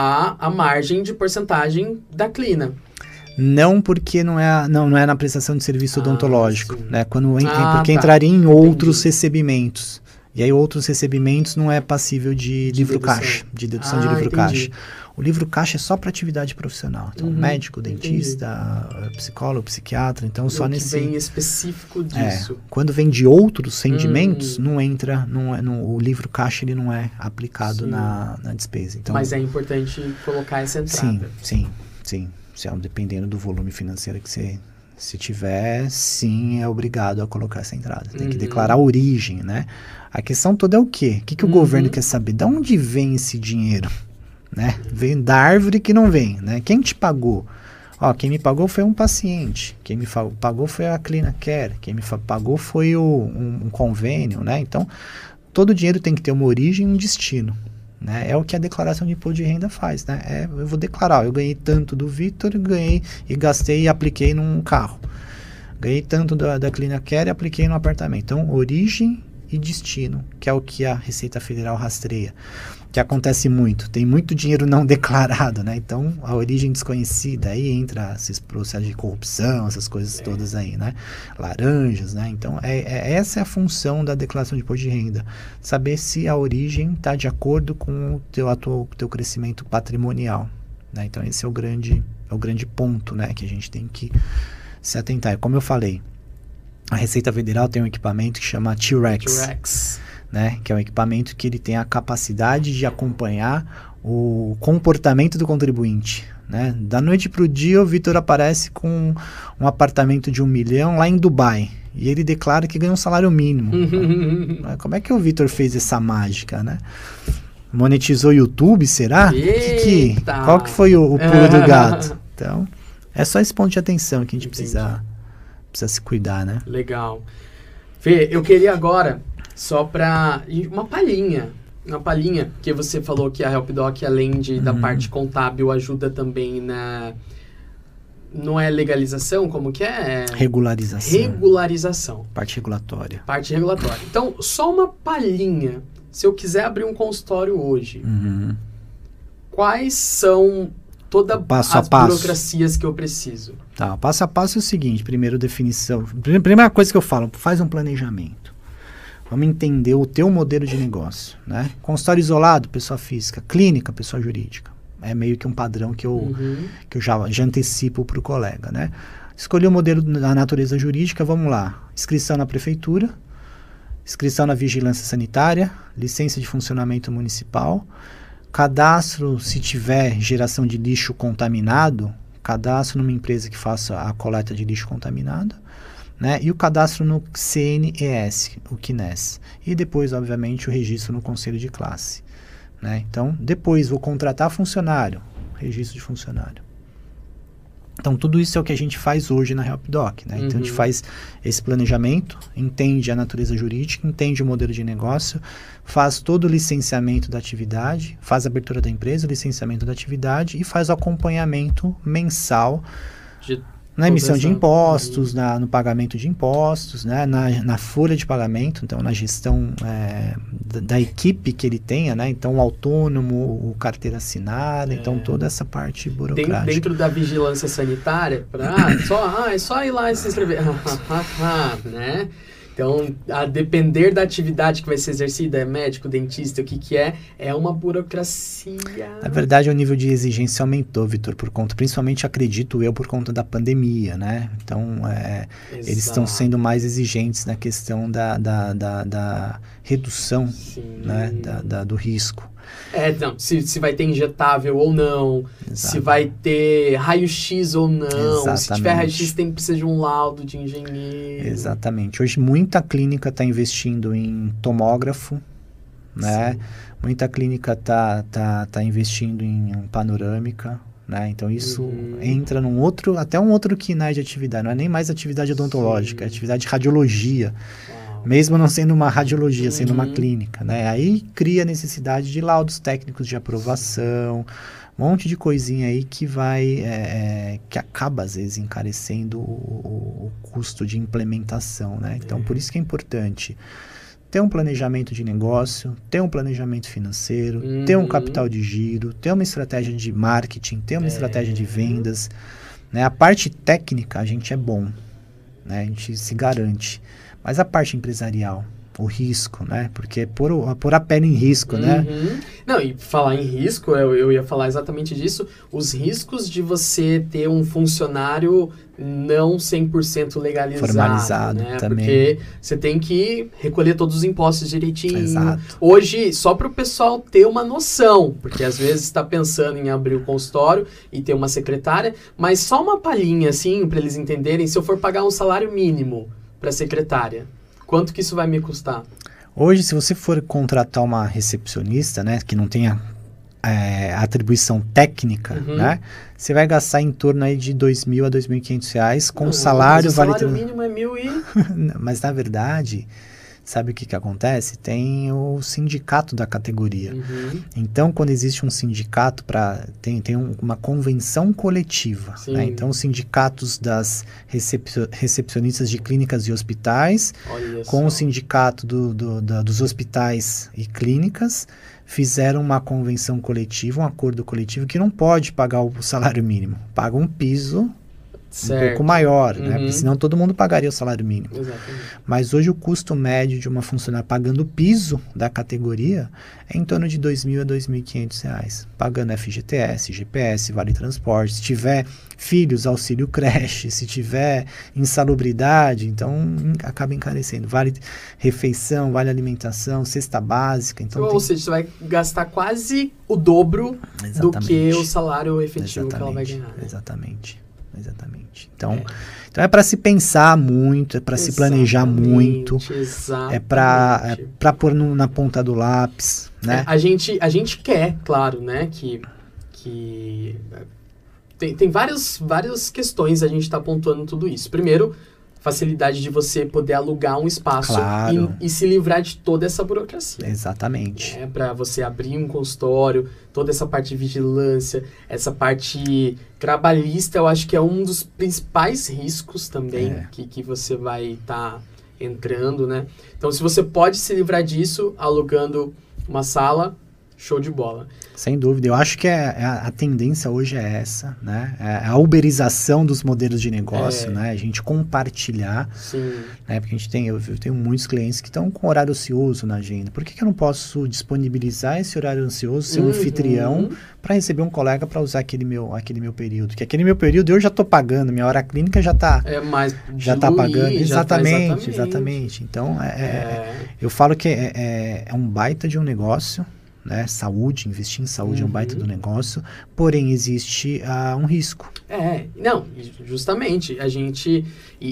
a margem de porcentagem da Clina. Não, porque não é na prestação de serviço odontológico. Né? Porque entraria em outros recebimentos. E aí outros recebimentos não é passível de livro caixa, de dedução de livro caixa. O livro caixa é só para atividade profissional. Então, médico, dentista, psicólogo, psiquiatra, então só nesse... bem específico disso. Quando vem de outros rendimentos, não entra, o livro caixa ele não é aplicado na despesa. Então, mas é importante colocar essa entrada. Sim. Dependendo do volume financeiro que você... Se tiver, sim, é obrigado a colocar essa entrada. Tem que declarar a origem, né? A questão toda é o quê? O que o governo quer saber? De onde vem esse dinheiro? Né? Vem da árvore que não vem, né? Quem te pagou? Quem me pagou foi um paciente. Quem me pagou foi a Clina Care. Quem me pagou foi um convênio, né? Então, todo dinheiro tem que ter uma origem e um destino. Né? É o que a declaração de imposto de renda faz, né? Eu vou declarar, eu ganhei tanto do Vitor, ganhei e gastei e apliquei num carro. Ganhei tanto da Clina Care e apliquei no apartamento. Então, origem e destino, que é o que a Receita Federal rastreia. Que acontece muito, tem muito dinheiro não declarado, né? Então, a origem desconhecida, aí entra esses processos de corrupção, essas coisas todas aí, né? Laranjas, né? Então, essa é a função da declaração de imposto de renda. Saber se a origem está de acordo com o teu crescimento patrimonial, né? Então, esse é o grande ponto, né? Que a gente tem que se atentar. Como eu falei, a Receita Federal tem um equipamento que chama T-Rex. Né, que é um equipamento que ele tem a capacidade de acompanhar o comportamento do contribuinte, né? Da noite para o dia, o Vitor aparece com um apartamento de 1 milhão lá em Dubai. E ele declara que ganha um salário mínimo. Como é que o Vitor fez essa mágica, né? Monetizou o YouTube, será? Qual que foi o pulo do gato? Então, é só esse ponto de atenção que a gente precisa se cuidar, né? Legal. Fê, eu queria agora, só para uma palhinha, que você falou que a HelpDoc, além da parte contábil, ajuda também na... Não é legalização, como que é? Regularização. Parte regulatória. Então, só uma palhinha. Se eu quiser abrir um consultório hoje, quais são todas as burocracias que eu preciso? Tá, passo a passo é o seguinte. Primeiro, definição. Primeira coisa que eu falo, faz um planejamento. Vamos entender o teu modelo de negócio, né? Consultório isolado, pessoa física. Clínica, pessoa jurídica. É meio que um padrão que eu já antecipo para o colega, né? Escolhi o modelo da natureza jurídica, vamos lá. Inscrição na prefeitura, inscrição na vigilância sanitária, licença de funcionamento municipal, cadastro, se tiver geração de lixo contaminado, cadastro numa empresa que faça a coleta de lixo contaminado, né? E o cadastro no CNES, o CNES. E depois, obviamente, o registro no conselho de classe. Né? Então, depois vou contratar funcionário, registro de funcionário. Então, tudo isso é o que a gente faz hoje na HelpDoc, né? Então, a gente faz esse planejamento, entende a natureza jurídica, entende o modelo de negócio, faz todo o licenciamento da atividade, faz a abertura da empresa, o licenciamento da atividade e faz o acompanhamento mensal na emissão de impostos, no pagamento de impostos, né? Na folha de pagamento, então na gestão da equipe que ele tenha, né? Então o autônomo, o carteira assinada, então toda essa parte burocrática. Dentro da vigilância sanitária, é só ir lá e se inscrever, né? Então, a depender da atividade que vai ser exercida, é médico, dentista, o que é uma burocracia. Na verdade, o nível de exigência aumentou, Vitor, principalmente, acredito eu, por conta da pandemia, né? Então, eles estão sendo mais exigentes na questão da redução, né? Do risco. Se vai ter injetável ou não, se vai ter raio-x ou não. Exatamente. Se tiver raio-x, precisa de um laudo de engenheiro. Exatamente. Hoje, muita clínica está investindo em tomógrafo, né? Sim. Muita clínica tá investindo em panorâmica, né? Então, isso entra até um outro KINAI de atividade. Não é nem mais atividade odontológica, é atividade de radiologia. Mesmo não sendo uma radiologia, sendo uma clínica, né? Aí cria a necessidade de laudos técnicos de aprovação, um monte de coisinha aí que que acaba, às vezes, encarecendo o custo de implementação, né? Então, por isso que é importante ter um planejamento de negócio, ter um planejamento financeiro, ter um capital de giro, ter uma estratégia de marketing, ter uma estratégia de vendas, né? A parte técnica, a gente é bom, né? A gente se garante. Mas a parte empresarial, o risco, né? Porque é pôr a pele em risco, né? Não, e falar em risco, eu ia falar exatamente disso. Os riscos de você ter um funcionário não 100% legalizado. Formalizado, né? Também. Porque você tem que recolher todos os impostos direitinho. Exato. Hoje, só para o pessoal ter uma noção, porque às vezes está pensando em abrir o consultório e ter uma secretária, mas só uma palhinha, assim, para eles entenderem, se eu for pagar um salário mínimo para secretária, quanto que isso vai me custar? Hoje, se você for contratar uma recepcionista, né, que não tenha atribuição técnica, né, você vai gastar em torno aí de R$2.000 a R$2.500 com salário... Mas o salário mínimo é 1.000 Mas, na verdade... Sabe o que acontece? Tem o sindicato da categoria. Então, quando existe um sindicato, tem uma convenção coletiva. Né? Então, os sindicatos das recepcionistas de clínicas e hospitais, com o sindicato dos hospitais e clínicas, fizeram uma convenção coletiva, um acordo coletivo que não pode pagar o salário mínimo. Paga um piso Certo. pouco maior, né? Porque senão todo mundo pagaria o salário mínimo. Exatamente. Mas hoje o custo médio de uma funcionária pagando o piso da categoria é em torno de R$ 2.000 a R$ 2.500, pagando FGTS, GPS, vale transporte. Se tiver filhos, auxílio creche, se tiver insalubridade, então acaba encarecendo. Vale refeição, vale alimentação, cesta básica. Então Ou seja, você vai gastar quase o dobro do que o salário efetivo que ela vai ganhar. Né? Exatamente. Então é para se pensar muito, é para se planejar muito, é para pôr na ponta do lápis, né? A gente quer, claro, né, que tem várias questões a gente está pontuando tudo isso. Primeiro, facilidade de você poder alugar um espaço e se livrar de toda essa burocracia. Exatamente. Para você abrir um consultório, toda essa parte de vigilância, essa parte trabalhista, eu acho que é um dos principais riscos também que você vai estar entrando, né? Então, se você pode se livrar disso alugando uma sala, show de bola. Sem dúvida. Eu acho que a tendência hoje é essa, né? É a uberização dos modelos de negócio, né? A gente compartilhar. Sim. Né? Porque eu tenho muitos clientes que estão com horário ocioso na agenda. Por que eu não posso disponibilizar esse horário ocioso, ser um anfitrião, para receber um colega para usar aquele meu período? Que aquele meu período eu já estou pagando, minha hora clínica já está pagando. Exatamente. Então, eu falo que é um baita de um negócio. Né? Saúde, investir em saúde é um baita do negócio, porém existe um risco. Não, justamente, a gente,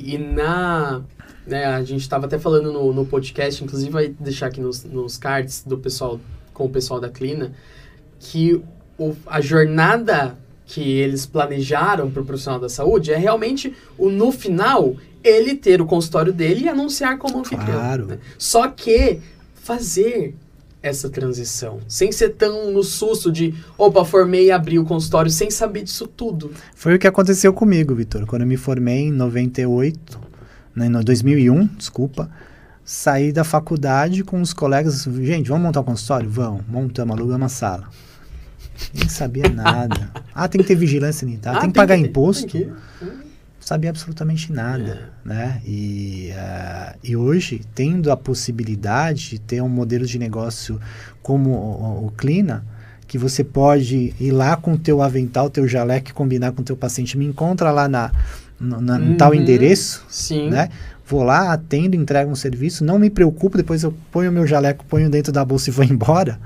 né, a gente estava até falando no podcast, inclusive vai deixar aqui nos cards com o pessoal da Clina, que a jornada que eles planejaram para o profissional da saúde é realmente, no final, ele ter o consultório dele e anunciar como anfitrião. Claro. Né? Só que fazer essa transição, sem ser tão no susto de, formei e abri o consultório, sem saber disso tudo. Foi o que aconteceu comigo, Vitor. Quando eu me formei em 98, né, 2001, desculpa, saí da faculdade com os colegas, gente, vamos montar um consultório? Vamos, montamos, alugamos uma sala. Nem sabia nada. Tem que ter vigilância sanitária, tem que pagar imposto. Sabia absolutamente nada, né? E hoje, tendo a possibilidade de ter um modelo de negócio como o Clina, que você pode ir lá com o teu avental, teu jaleco, combinar com o teu paciente, me encontra lá em tal endereço, né? Vou lá, atendo, entrego um serviço, não me preocupo, depois eu ponho o meu jaleco, ponho dentro da bolsa e vou embora.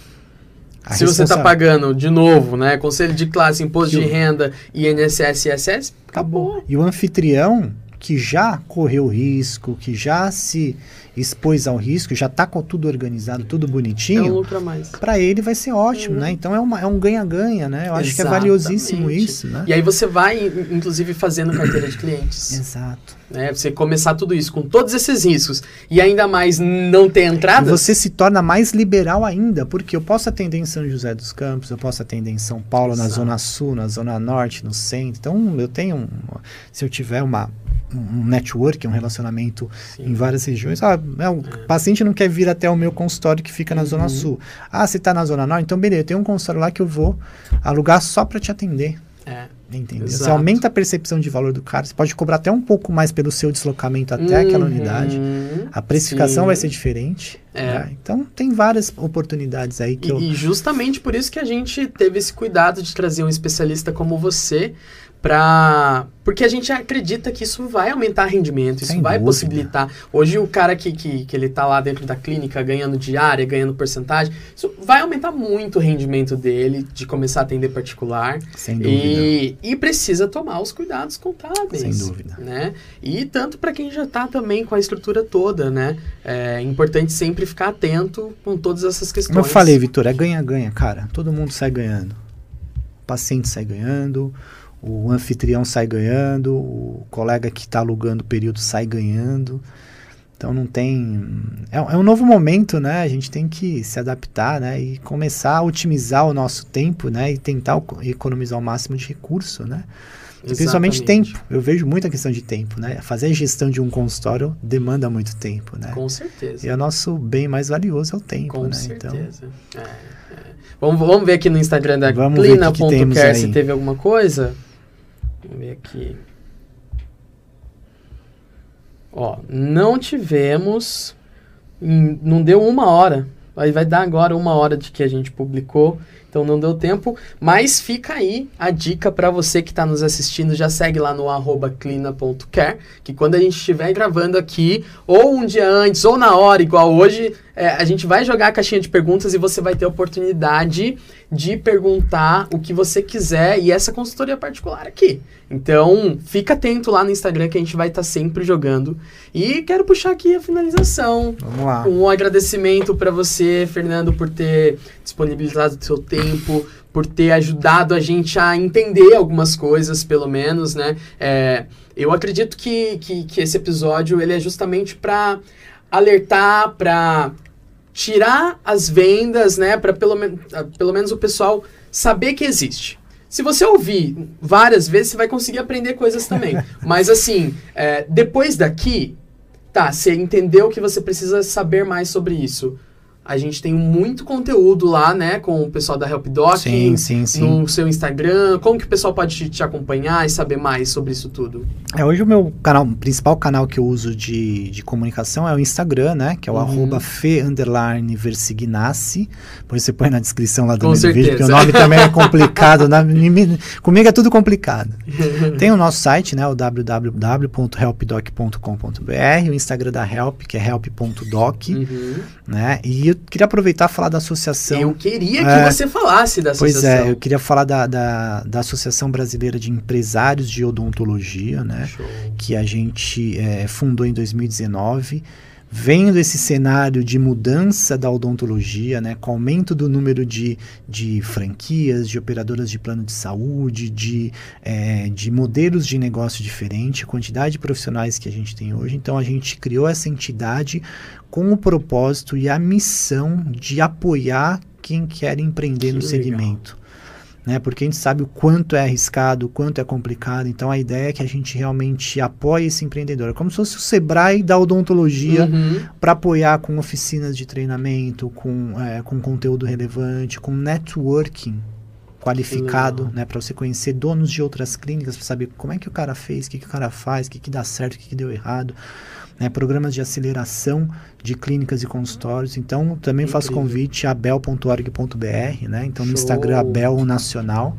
Se você está pagando, de novo, né, conselho de classe, imposto de renda, INSS e ISS, acabou. E o anfitrião que já correu risco, que já se expôs ao risco, já está com tudo organizado, tudo bonitinho, é um lucro a mais. Para ele vai ser ótimo, né? Então é um ganha-ganha, né? Eu acho que é valiosíssimo isso, né? E aí você vai, inclusive, fazendo carteira de clientes. Exato. Né? Você começar tudo isso com todos esses riscos e ainda mais não ter entrada. E você se torna mais liberal ainda, porque eu posso atender em São José dos Campos, eu posso atender em São Paulo, na Zona Sul, na Zona Norte, no centro. Então eu tenho, se eu tiver um network, um relacionamento em várias regiões. O paciente não quer vir até o meu consultório que fica na Zona Sul. Você está na Zona Norte? Então, beleza, eu tenho um consultório lá que eu vou alugar só para te atender. Entendeu? Exato. Você aumenta a percepção de valor do cara, você pode cobrar até um pouco mais pelo seu deslocamento até aquela unidade. A precificação vai ser diferente. Né? Então, tem várias oportunidades aí que E justamente por isso que a gente teve esse cuidado de trazer um especialista como você, porque a gente acredita que isso vai aumentar rendimento, isso vai possibilitar. Hoje o cara que ele tá lá dentro da clínica ganhando diária, ganhando porcentagem, isso vai aumentar muito o rendimento dele de começar a atender particular. Sem dúvida. E precisa tomar os cuidados contábeis. Sem dúvida. Né? E tanto para quem já tá também com a estrutura toda, né? É importante sempre ficar atento com todas essas questões. Como eu falei, Vitor, é ganha-ganha, cara. Todo mundo sai ganhando. O paciente sai ganhando, o anfitrião sai ganhando, o colega que está alugando o período sai ganhando. Então não tem... É um novo momento, né? A gente tem que se adaptar, né? E começar a otimizar o nosso tempo, né? E tentar economizar o máximo de recurso, né? Principalmente tempo. Eu vejo muita questão de tempo, né? Fazer a gestão de um consultório demanda muito tempo, né? Com certeza. E o nosso bem mais valioso é o tempo, com né? certeza. Então... Vamos ver aqui no Instagram da Clina.care se teve alguma coisa. Vamos ver aqui. Ó, não tivemos... Não deu 1 hora. Vai dar agora 1 hora de que a gente publicou. Então não deu tempo. Mas fica aí a dica para você que está nos assistindo. Já segue lá no @clina.care. Que quando a gente estiver gravando aqui, ou um dia antes, ou na hora, igual hoje, a gente vai jogar a caixinha de perguntas e você vai ter a oportunidade de perguntar o que você quiser. E essa consultoria particular aqui. Então, fica atento lá no Instagram que a gente vai estar sempre jogando. E quero puxar aqui a finalização. Vamos lá. Um agradecimento para você, Fernando, por ter disponibilizado o seu tempo, por ter ajudado a gente a entender algumas coisas, pelo menos, né? Eu acredito que esse episódio ele é justamente para alertar, para tirar as vendas, né? Para pelo menos o pessoal saber que existe. Se você ouvir várias vezes, você vai conseguir aprender coisas também. Mas assim, depois daqui, tá, você entendeu que você precisa saber mais sobre isso. A gente tem muito conteúdo lá, né, com o pessoal da HelpDoc, sim. no seu Instagram. Como que o pessoal pode te acompanhar e saber mais sobre isso tudo? Hoje o principal canal que eu uso de comunicação é o Instagram, né, que é o @fe_versignasse. Depois você põe na descrição lá do vídeo, porque o nome também é complicado. Comigo é tudo complicado. Tem o nosso site, né, o www.helpdoc.com.br, o Instagram da Help, que é help.doc, né, e eu queria aproveitar e falar da associação. Eu queria que você falasse da associação. Pois eu queria falar da Associação Brasileira de Empresários de Odontologia, né? Show. Que a gente fundou em 2019, vendo esse cenário de mudança da odontologia, né? Com aumento do número de franquias, de operadoras de plano de saúde, de modelos de negócio diferente, a quantidade de profissionais que a gente tem hoje. Então, a gente criou essa entidade com o propósito e a missão de apoiar quem quer empreender no segmento. Né? Porque a gente sabe o quanto é arriscado, o quanto é complicado. Então, a ideia é que a gente realmente apoie esse empreendedor. É como se fosse o Sebrae da odontologia, para apoiar com oficinas de treinamento, com conteúdo relevante, com networking qualificado, né, para você conhecer donos de outras clínicas, para saber como é que o cara fez, o que o cara faz, o que dá certo, o que deu errado. Né, programas de aceleração de clínicas e consultórios. Então, também faço convite a abel.org.br, né? Então, no Instagram, Abel Nacional.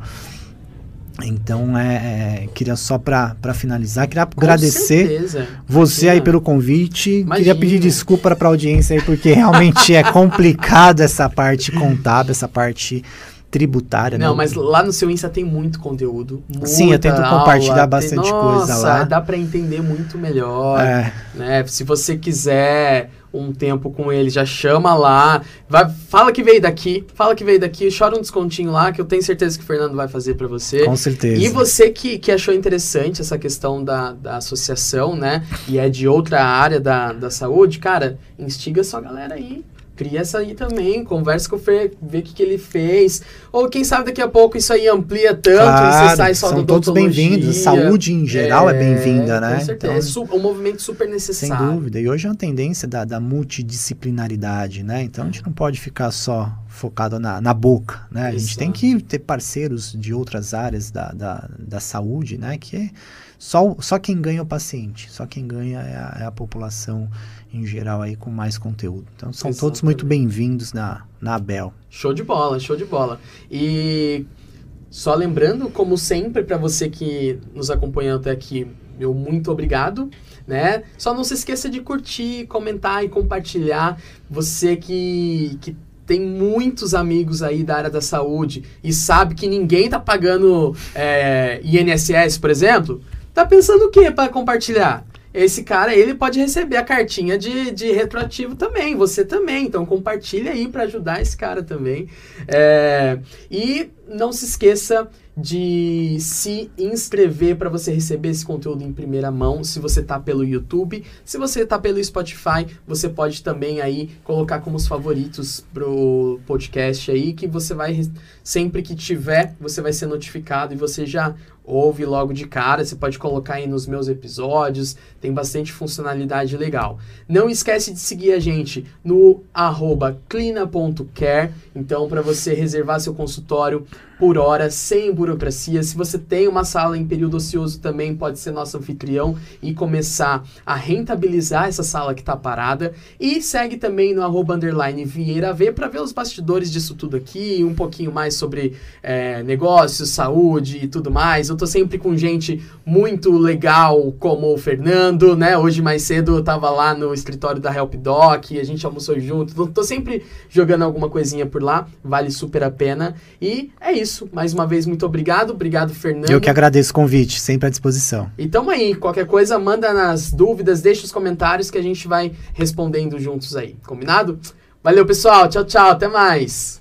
Então, queria só para finalizar, queria agradecer você aí pelo convite. Imagina. Queria pedir desculpa para a audiência aí, porque realmente é complicado essa parte contábil, essa parte tributária. Não, mas lá no seu Insta tem muito conteúdo. Sim, eu tento compartilhar bastante coisa lá. Dá para entender muito melhor. Né? Se você quiser um tempo com ele, já chama lá. Fala que veio daqui, chora um descontinho lá, que eu tenho certeza que o Fernando vai fazer para você. Com certeza. E você que achou interessante essa questão da associação, né? E é de outra área da saúde, cara, instiga sua galera aí. Cria essa aí também, conversa com o Fer, vê o que ele fez. Ou quem sabe daqui a pouco isso aí amplia tanto e você sai só do odontologia. São todos bem-vindos. Saúde em geral é bem-vinda, né? Com certeza. Então, é um movimento super necessário. Sem dúvida. E hoje é uma tendência da multidisciplinaridade, né? Então a gente não pode ficar só focado na boca, né? A gente tem que ter parceiros de outras áreas da saúde, né? Que é só quem ganha é o paciente, só quem ganha é a população em geral aí com mais conteúdo. Então são todos muito bem-vindos na Abel. Show de bola, show de bola. E só lembrando, como sempre, para você que nos acompanhou até aqui, meu muito obrigado, né? Só não se esqueça de curtir, comentar e compartilhar. Você que tem muitos amigos aí da área da saúde e sabe que ninguém tá pagando INSS, por exemplo, tá pensando o que para compartilhar? Esse cara, ele pode receber a cartinha de retroativo também, você também. Então, compartilha aí para ajudar esse cara também. E não se esqueça de se inscrever para você receber esse conteúdo em primeira mão, se você tá pelo YouTube. Se você tá pelo Spotify, você pode também aí colocar como os favoritos pro podcast aí, que você vai, sempre que tiver, você vai ser notificado e você já ouve logo de cara. Você pode colocar aí nos meus episódios, tem bastante funcionalidade legal. Não esquece de seguir a gente no @clina.care, então para você reservar seu consultório por hora, sem burocracia. Se você tem uma sala em período ocioso também, pode ser nosso anfitrião e começar a rentabilizar essa sala que está parada. E segue também no @_VieiraV para ver os bastidores disso tudo aqui, um pouquinho mais sobre negócios, saúde e tudo mais. Eu tô sempre com gente muito legal, como o Fernando, né? Hoje mais cedo eu tava lá no escritório da HelpDoc, a gente almoçou junto. Tô sempre jogando alguma coisinha por lá, vale super a pena. E é isso. Mais uma vez, muito obrigado. Obrigado, Fernando. Eu que agradeço o convite, sempre à disposição. E tamo aí. Qualquer coisa, manda nas dúvidas, deixa os comentários que a gente vai respondendo juntos aí. Combinado? Valeu, pessoal. Tchau, tchau. Até mais.